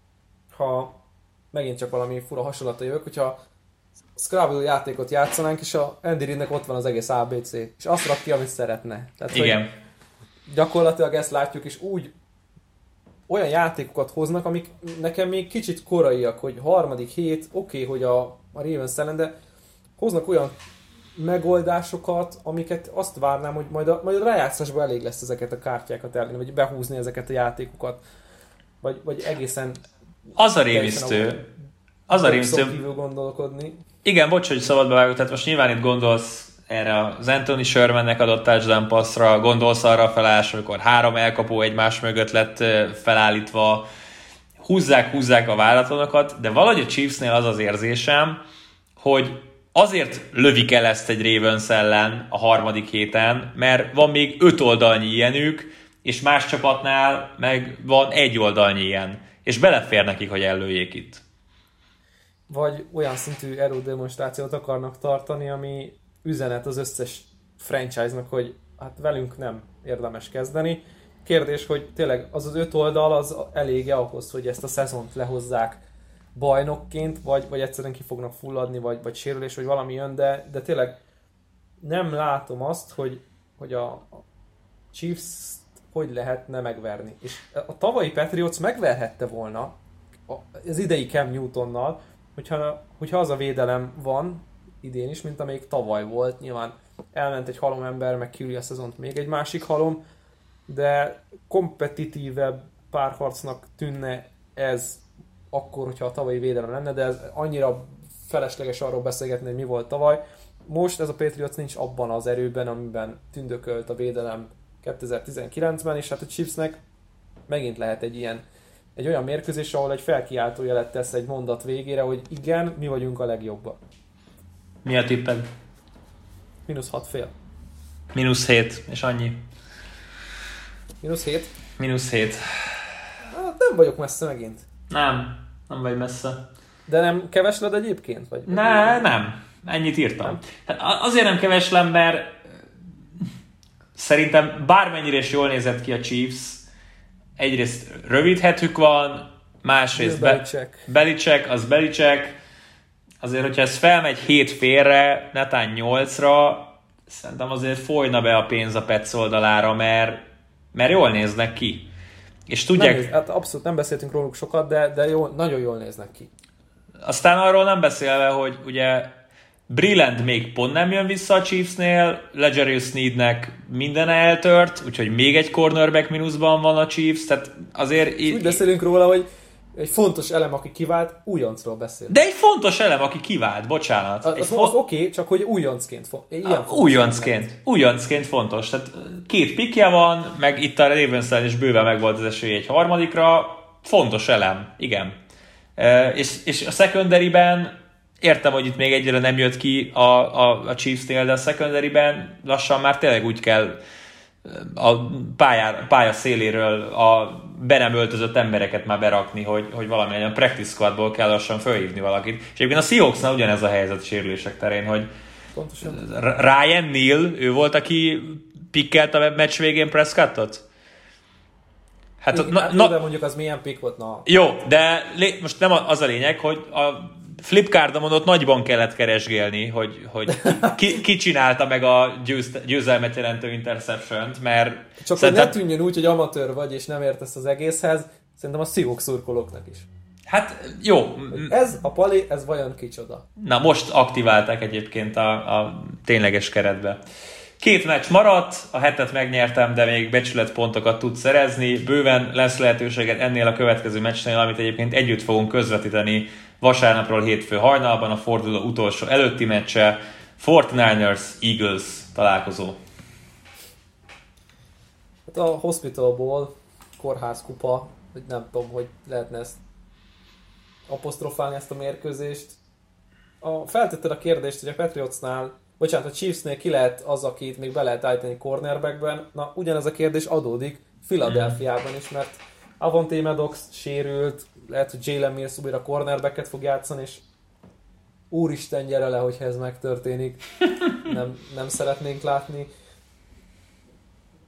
[SPEAKER 3] megint csak valami fura hasonlata jövök, hogyha Scrabble játékot játszanánk, és a Andy Reidnek ott van az egész ABC, és azt rak ki, amit szeretne. Tehát,
[SPEAKER 1] igen.
[SPEAKER 3] Gyakorlatilag ezt látjuk, és úgy olyan játékokat hoznak, amik nekem még kicsit koraiak, hogy harmadik hét, oké, hogy a Ravens ellen, de hoznak olyan megoldásokat, amiket azt várnám, hogy majd a rájátszásban elég lesz ezeket a kártyákat ellenni, vagy behúzni ezeket a játékokat, vagy egészen...
[SPEAKER 1] Az a rémisztő.
[SPEAKER 3] Kívül gondolkodni.
[SPEAKER 1] Igen, bocs, hogy szabadba vágok, tehát most nyilván itt gondolsz erre az Anthony Shermannek adott touchdown passzra, gondolsz arra a felállásra, amikor 3 elkapó egymás mögött lett felállítva, húzzák a váratlanokat, de valahogy a Chiefsnél az az érzésem, hogy azért lövik el ezt egy Ravens ellen a harmadik héten, mert van még 5 oldalnyi ilyenük, és más csapatnál meg van 1 oldalnyi ilyen, és belefér nekik, hogy ellőjék itt.
[SPEAKER 3] Vagy olyan szintű erődemonstrációt akarnak tartani, ami üzenet az összes franchise-nak, hogy hát velünk nem érdemes kezdeni. Kérdés, hogy tényleg az 5 oldal az elége ahhoz, hogy ezt a szezont lehozzák bajnokként, vagy egyszerűen ki fognak fulladni, vagy sérülés, vagy valami jön, de tényleg nem látom azt, hogy a Chiefs hogy lehetne megverni. És a tavalyi Patriots megverhette volna az idei Cam Newtonnal, hogyha az a védelem van idén is, mint amelyik tavaly volt. Nyilván elment egy halom ember, meg kiüli a szezont még egy másik halom, de kompetitívebb párharcnak tűnne ez akkor, hogyha a tavalyi védelem lenne, de ez annyira felesleges arról beszélgetni, hogy mi volt tavaly. Most ez a Patriots nincs abban az erőben, amiben tündökölt a védelem 2019-ben, és hát a Chiefsnek megint lehet egy olyan mérkőzés, ahol egy felkiáltó jelet tesz egy mondat végére, hogy igen, mi vagyunk a legjobbak.
[SPEAKER 1] Mi a tipped?
[SPEAKER 3] -6,5.
[SPEAKER 1] -7, és annyi.
[SPEAKER 3] -7?
[SPEAKER 1] -7.
[SPEAKER 3] Hát nem vagyok messze megint.
[SPEAKER 1] Nem vagy messze.
[SPEAKER 3] De nem kevesled egyébként? Vagy
[SPEAKER 1] Nem. Ennyit írtam. Nem? Hát azért nem keveslem, mert szerintem bármennyire is jól nézett ki a Chiefs, egyrészt rövid hetük van, másrészt Belichick, azért, hogyha ez felmegy 7 félre, netán 8-ra, szerintem azért folyna be a pénz a Pets oldalára, mert jól néznek ki. És tudják...
[SPEAKER 3] Hát abszolút nem beszéltünk róluk sokat, de nagyon jól néznek ki.
[SPEAKER 1] Aztán arról nem beszélve, hogy ugye Breland még pont nem jön vissza a Chiefsnél, L'Jarius Sneednek minden eltört, úgyhogy még egy cornerback mínuszban van a Chiefs, tehát azért...
[SPEAKER 3] Úgy beszélünk róla, hogy egy fontos elem, aki kivált, újoncról beszél.
[SPEAKER 1] De egy fontos elem, aki kivált, bocsánat.
[SPEAKER 3] Az oké, csak hogy újoncként.
[SPEAKER 1] Újoncként fontos. Tehát 2 pikje van, meg itt a Ravens-en is bőven megvolt az esély egy harmadikra. Fontos elem, igen. És a secondary-ben értem, hogy itt még egyre nem jött ki a Chiefs-nél, de a secondary-ben lassan már tényleg úgy kell a pálya széléről a be nem öltözött embereket már berakni, hogy valamilyen practice squadból kell lassan fölhívni valakit. És egyébként a Seahawksnál ugyanez a helyzet a sérülések terén, hogy pontosan. Ryan Neal, ő volt, aki pikkelt a meccs végén Prescottot?
[SPEAKER 3] Hát mondjuk az milyen pick volt? Na.
[SPEAKER 1] Jó, de most nem az a lényeg, hogy a Flipcardon ott nagyban kellett keresgélni, hogy ki csinálta meg a győzelmet jelentő interception-t, mert...
[SPEAKER 3] Csak szerintem... hogy ne tűnjön úgy, hogy amatőr vagy, és nem értesz az egészhez, szerintem a Seahawks szurkolóknak is.
[SPEAKER 1] Hát jó.
[SPEAKER 3] Ez a pali, ez vajon kicsoda?
[SPEAKER 1] Na most aktiválták egyébként a tényleges keretbe. 2 meccs maradt, a 7-et megnyertem, de még becsületpontokat tudsz szerezni. Bőven lesz lehetőséged ennél a következő meccsnél, amit egyébként együtt fogunk közvetíteni vasárnapról hétfő hajnalban, a forduló utolsó előtti meccse, 49ers-Eagles találkozó.
[SPEAKER 3] Hát a Hospitalból kórházkupa, hogy nem tudom, hogy lehetne ezt apostrofálni ezt a mérkőzést. Feltetted a kérdést, hogy a Patriotsnál, bocsánat, a Chiefsnél ki lehet az, akit még be lehet állítani cornerbackben. Na, ugyanez a kérdés adódik Philadelphiában is, mert Avonte Maddox sérült, lehet, hogy Jalen Mills újra cornerbacket fog játszani, és úristen, gyere le, hogyha ez megtörténik. Nem szeretnénk látni.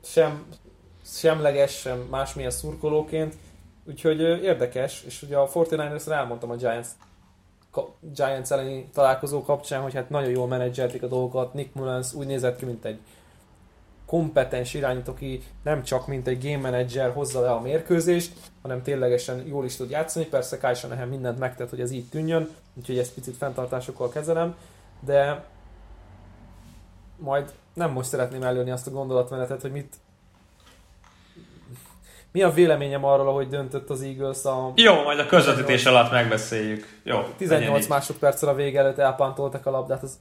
[SPEAKER 3] sem semleges, sem másmilyen szurkolóként. Úgyhogy érdekes, és ugye a 49ers-re elmondtam a Giants elleni találkozó kapcsán, hogy hát nagyon jól menedzselték a dolgokat. Nick Mullens úgy nézett ki, mint egy kompetens irányító, aki nem csak mint egy game manager hozza le a mérkőzést, hanem ténylegesen jól is tud játszani. Persze Kyle Shanahan mindent megtett, hogy ez így tűnjön, úgyhogy ezt picit fenntartásokkal kezelem, de majd nem most szeretném előni azt a gondolatmenetet, hogy mi a véleményem arról, ahogy döntött az Eagles a...
[SPEAKER 1] Jó, majd a közvetítés alatt megbeszéljük. Jó,
[SPEAKER 3] 18 másodperccel a vége előtt elpantoltak a labdát, az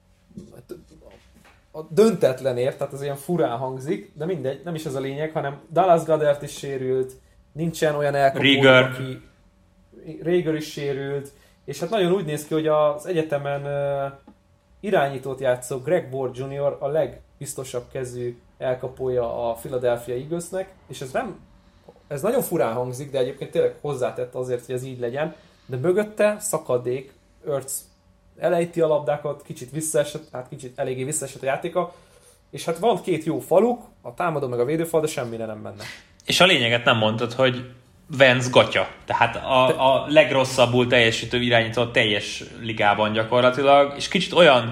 [SPEAKER 3] a döntetlenért, tehát az ilyen furán hangzik, de mindegy, nem is ez a lényeg, hanem Dallas Goedert is sérült, nincsen olyan elkapó, aki... Reagor is sérült, és hát nagyon úgy néz ki, hogy az egyetemen irányítót játszó Greg Ward Jr. a legbiztosabb kezű elkapója a Philadelphia Eaglesnek, és ez nagyon furán hangzik, de egyébként tényleg hozzátett azért, hogy ez így legyen, de mögötte szakadék, Ertz elejti a labdákat, kicsit visszaesett, hát kicsit eléggé visszaesett a játéka, és hát van két jó faluk, a támadó meg a védőfal, de semmire nem mennek.
[SPEAKER 1] És a lényeget nem mondtad, hogy Vance gatya, tehát a legrosszabbul teljesítő irányító a teljes ligában gyakorlatilag, és kicsit olyan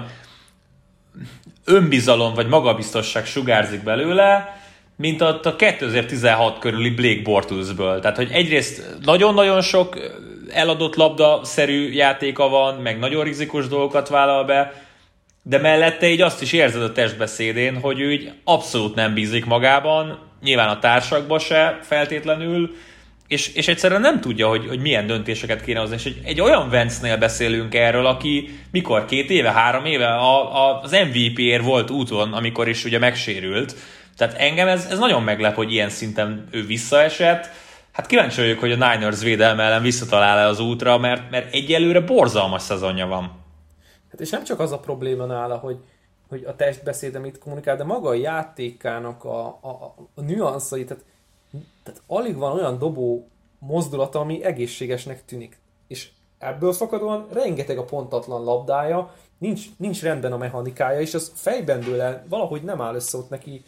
[SPEAKER 1] önbizalom vagy magabiztosság sugárzik belőle, mint ott a 2016 körüli Blake Bortlesből. Tehát, hogy egyrészt nagyon-nagyon sok eladott labda-szerű játéka van, meg nagyon rizikós dolgokat vállal be, de mellette így azt is érzed a testbeszédén, hogy ő így abszolút nem bízik magában, nyilván a társakba se feltétlenül, és egyszerűen nem tudja, hogy milyen döntéseket kéne hozni. És egy olyan Vance-nél beszélünk erről, aki mikor 2 éve, 3 éve az MVP-ért volt úton, amikor is ugye megsérült. Tehát engem ez nagyon meglep, hogy ilyen szinten ő visszaesett. Hát kíváncsi vagyok, hogy a Niners védelme ellen visszatalál-e az útra, mert egyelőre borzalmas szezonja van.
[SPEAKER 3] Hát és nem csak az a probléma nála, hogy a testbeszéde mit kommunikál, de maga a játékának a nüanszai, tehát alig van olyan dobó mozdulata, ami egészségesnek tűnik. És ebből fakadóan rengeteg a pontatlan labdája, nincs rendben a mechanikája, és az fejben dől el, valahogy nem áll össze ott neki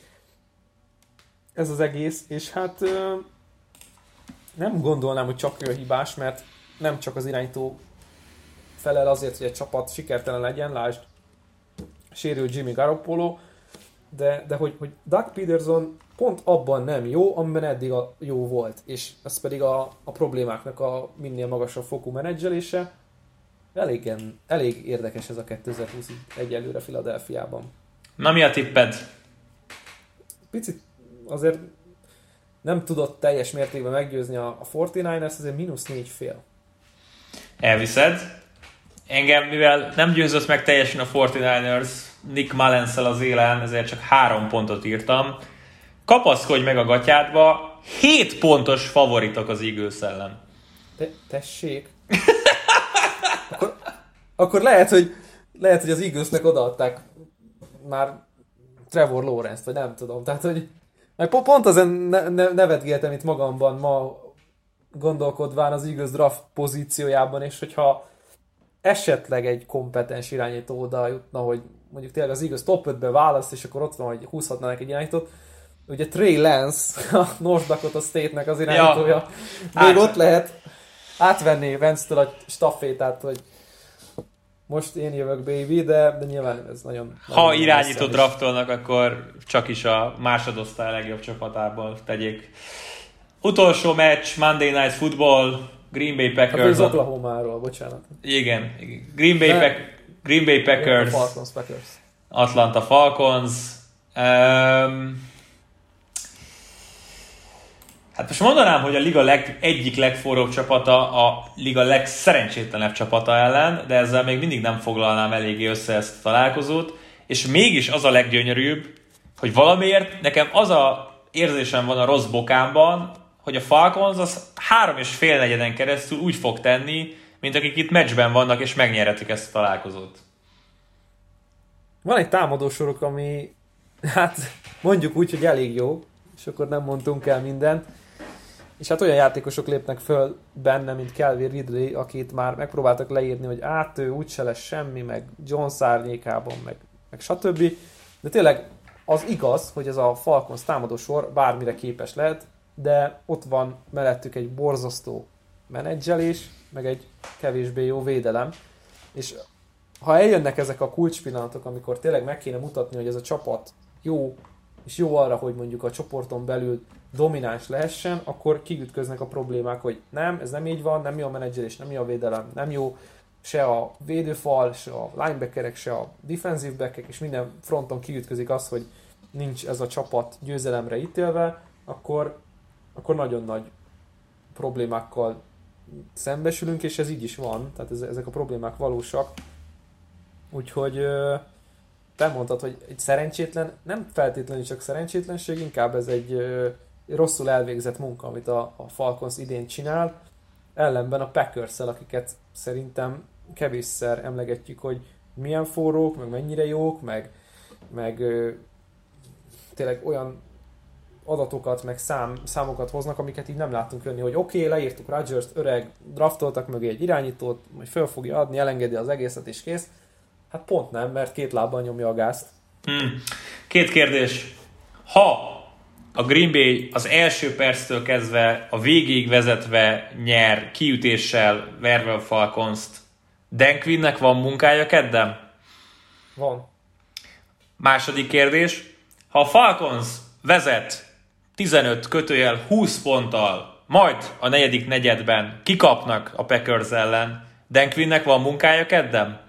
[SPEAKER 3] ez az egész, és hát nem gondolnám, hogy csak ő a hibás, mert nem csak az irányító felel azért, hogy egy csapat sikertelen legyen, lásd, sérült Jimmy Garoppolo, de hogy Doug Peterson pont abban nem jó, amiben eddig jó volt, és ez pedig a problémáknak a minél magasabb fokú menedzselése. Elég érdekes ez a 2020 egyelőre Philadelphiában.
[SPEAKER 1] Na, mi a tipped?
[SPEAKER 3] Picit azért nem tudott teljes mértékben meggyőzni a 49ers, ezért -4,5.
[SPEAKER 1] Elviszed. Engem, mivel nem győzött meg teljesen a 49ers Nick Mullens-szel az élen, ezért csak 3 pontot írtam. Kapaszkodj meg a gatyádba, 7 pontos favoritok az Eagles ellen.
[SPEAKER 3] Tessék. akkor lehet, hogy az Eaglesnek odaadták már Trevor Lawrence-t, vagy nem tudom. Tehát, hogy pont azon nevetgéltem itt magamban ma gondolkodván az Eagles draft pozíciójában, és hogyha esetleg egy kompetens irányító oda jutna, hogy mondjuk tényleg az Eagles top 5-be választ, és akkor ott van, hogy húzhatnának egy irányítót. Ugye Trey Lance, a North Dakota State-nek az irányítója, még ott lehet átvenni Vance-től a staffétát, hogy most én jövök, baby, de nyilván ez nagyon...
[SPEAKER 1] Ha irányító draftolnak, akkor csak is a másodosztály legjobb csapatából tegyék. Utolsó meccs, Monday Night Football, Green Bay Packers.
[SPEAKER 3] Hát az Oklahomáról, bocsánat.
[SPEAKER 1] Igen. Green Bay Packers. Atlanta Falcons. Hát most mondanám, hogy a liga egyik legforróbb csapata a liga legszerencsétlenebb csapata ellen, de ezzel még mindig nem foglalnám eléggé össze ezt a találkozót, és mégis az a leggyönyörűbb, hogy valamiért nekem az a érzésem van a rossz bokámban, hogy a Falcons az 3,5 negyeden keresztül úgy fog tenni, mint akik itt meccsben vannak és megnyerhetik ezt a találkozót.
[SPEAKER 3] Van egy támadósoruk, ami hát mondjuk úgy, hogy elég jó, és akkor nem mondtunk el mindent. És hát olyan játékosok lépnek föl benne, mint Calvin Ridley, akit már megpróbáltak leírni, hogy ő úgyse lesz semmi, meg Jones árnyékában, meg stb. De tényleg az igaz, hogy ez a Falcons támadósor bármire képes lehet, de ott van mellettük egy borzasztó menedzselés, meg egy kevésbé jó védelem, és ha eljönnek ezek a kulcspillanatok, amikor tényleg meg kéne mutatni, hogy ez a csapat jó, és jó arra, hogy mondjuk a csoporton belül domináns lehessen, akkor kiütköznek a problémák, hogy nem, ez nem így van, nem jó a menedzselés, nem jó a védelem, nem jó se a védőfal, se a linebackerek, se a defensive backek, és minden fronton kiütközik az, hogy nincs ez a csapat győzelemre ítélve, akkor nagyon nagy problémákkal szembesülünk, és ez így is van, tehát ezek a problémák valósak. Úgyhogy te mondtad, hogy egy szerencsétlen, nem feltétlenül csak szerencsétlenség, inkább ez egy rosszul elvégzett munka, amit a Falcons idén csinál, ellenben a Packers-szel, akiket szerintem kevésszer emlegetjük, hogy milyen forrók, meg mennyire jók, meg tényleg olyan adatokat, meg számokat hoznak, amiket így nem látunk jönni, hogy oké, leírtuk Rodgers-t, öreg, draftoltak mögé egy irányítót, majd föl fogja adni, elengedi az egészet és kész. Hát pont nem, mert két lábbal nyomja a gázt.
[SPEAKER 1] Két kérdés. Ha a Green Bay az első perctől kezdve a végéig vezetve nyer kiütéssel verve a Falcons-t, Dan Quinnnek van munkája kedden?
[SPEAKER 3] Van.
[SPEAKER 1] Második kérdés. Ha a Falcons vezet 15-20 ponttal, majd a negyedik negyedben kikapnak a Packers ellen, Dan Quinnnek van munkája kedden?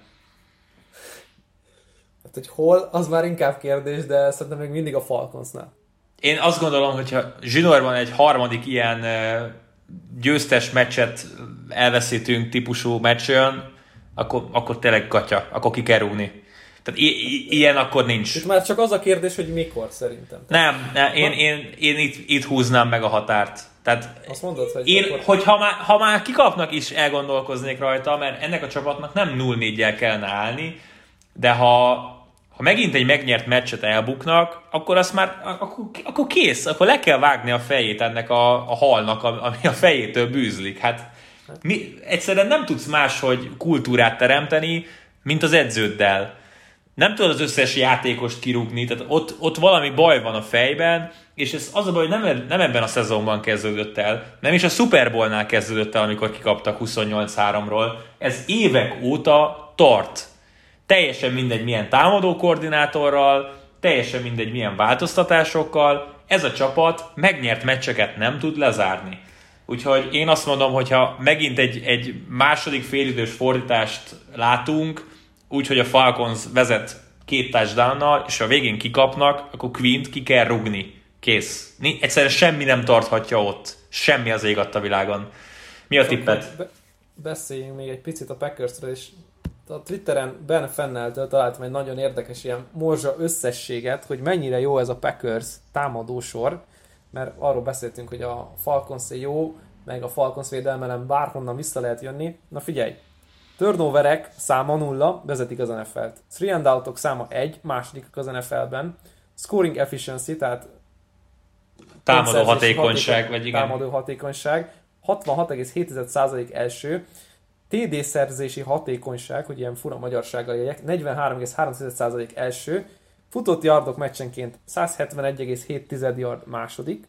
[SPEAKER 3] Hát, hogy hol, az már inkább kérdés, de szerintem még mindig a Falconsnál.
[SPEAKER 1] Én azt gondolom, hogyha zsinórban egy harmadik ilyen győztes meccset elveszítünk típusú meccs jön, akkor tényleg gatya, akkor ki kell rúgni. Tehát ilyen akkor nincs.
[SPEAKER 3] Itt már csak az a kérdés, hogy mikor szerintem.
[SPEAKER 1] Nem, én itt húznám meg a határt. Tehát
[SPEAKER 3] azt mondod, hogy
[SPEAKER 1] én, hogy ha már kikapnak is elgondolkoznék rajta, mert ennek a csapatnak nem 0-4-jel kellene állni, de ha megint egy megnyert meccset elbuknak, akkor azt már akkor kész, akkor le kell vágni a fejét ennek a halnak, ami a fejétől bűzlik. Hát egyszerűen nem tudsz máshogy kultúrát teremteni, mint az edződdel. Nem tudod az összes játékost kirúgni, tehát ott valami baj van a fejben, és ez az a baj, hogy nem ebben a szezonban kezdődött el, nem is a Super Bowl-nál kezdődött el, amikor kikaptak 28-3-ról. Ez évek óta tart. Teljesen mindegy milyen támadó koordinátorral, teljesen mindegy milyen változtatásokkal, ez a csapat megnyert meccseket nem tud lezárni. Úgyhogy én azt mondom, hogyha megint egy második félidős fordítást látunk, úgyhogy a Falcons vezet 2 touchdownnal, és ha végén kikapnak, akkor Quint ki kell rugni. Kész. Egyszerűen semmi nem tarthatja ott. Semmi az ég adta világon. Mi a tipped?
[SPEAKER 3] Beszéljünk még egy picit a Packersről, és a Twitteren Ben Fenneltől találtam egy nagyon érdekes ilyen morzsa összességet, hogy mennyire jó ez a Packers támadósor, mert arról beszéltünk, hogy a Falcons jó, meg a Falcons védelmelem bárhonnan vissza lehet jönni. Na figyelj! Turnoverek száma 0, vezetik az NFL-t. 3 and out-ok száma 1, másodikak az NFL-ben. Scoring efficiency, tehát
[SPEAKER 1] támadó hatékonyság, vagy igen.
[SPEAKER 3] Támadó hatékonyság, 66,7% első. TD szerzési hatékonyság, hogy ilyen fura magyarsággal éljek, 43,3% első. Futott yardok meccsenként 171,7 yard második.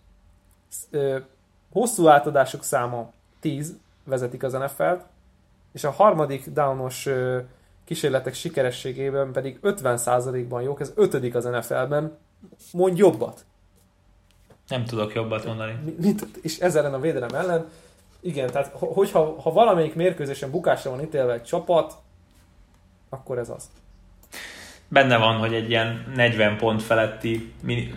[SPEAKER 3] Hosszú átadások száma 10, vezetik az NFL-t. És a harmadik downos kísérletek sikerességében pedig 50%-ban jók, ez 5. az NFL-ben. Mondj jobbat!
[SPEAKER 1] Nem tudok jobbat mondani.
[SPEAKER 3] És ez ellen a védelem ellen. Igen, tehát hogyha valamelyik mérkőzésen bukásra van ítélve egy csapat, akkor ez az.
[SPEAKER 1] Benne van, hogy egy ilyen 40 pont feletti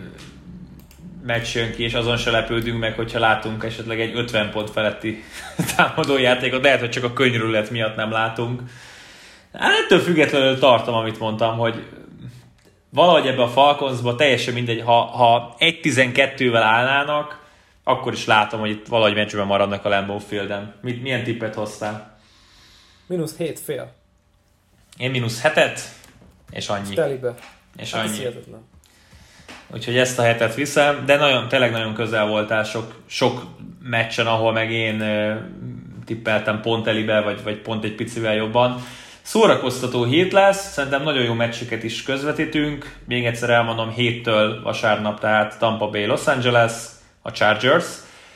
[SPEAKER 1] meccs jön ki, és azon se lepődünk meg, hogyha látunk esetleg egy 50 pont feletti támadójátékot. Lehet, hogy csak a könyörület miatt nem látunk. Hát ettől függetlenül tartom, amit mondtam, hogy valahogy ebbe a Falconsba teljesen mindegy, ha 1-12-vel állnának, akkor is látom, hogy itt valahogy meccsben maradnak a Lambeau Fielden. Milyen tippet hoztál?
[SPEAKER 3] -7,5.
[SPEAKER 1] Én -7, és annyi.
[SPEAKER 3] Telibe.
[SPEAKER 1] És
[SPEAKER 3] hát
[SPEAKER 1] annyi. Úgyhogy ezt a hetet viszem, de tényleg nagyon közel voltál sok meccsen, ahol meg én tippeltem pont elibe, vagy pont egy picivel jobban. Szórakoztató hét lesz, szerintem nagyon jó meccseket is közvetítünk. Még egyszer elmondom, 7-től vasárnap, tehát Tampa Bay, Los Angeles, a Chargers.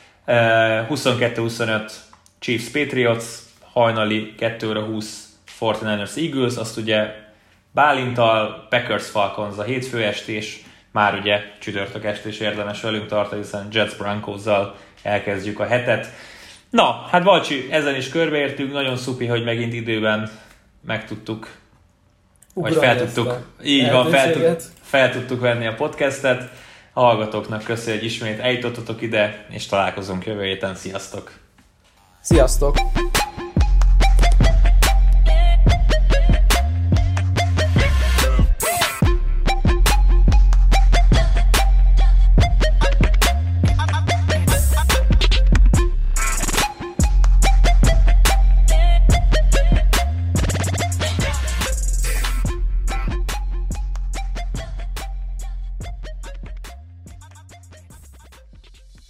[SPEAKER 1] 22-25 Chiefs, Patriots, hajnali 2:20 49ers, Eagles, azt ugye Bálintal, Packers, Falcons a hétfő estés, már ugye csütörtök estés érdemes velünk tartani, hiszen Jets, Broncosszal elkezdjük a hetet. Na, hát Balcsi, ezen is körbeértünk, nagyon szupi, hogy megint időben megtudtuk, vagy fel tudtuk venni a podcastet. A hallgatóknak köszönjük, hogy ismét eljutottatok ide, és találkozunk jövő héten. Sziasztok!
[SPEAKER 3] Sziasztok!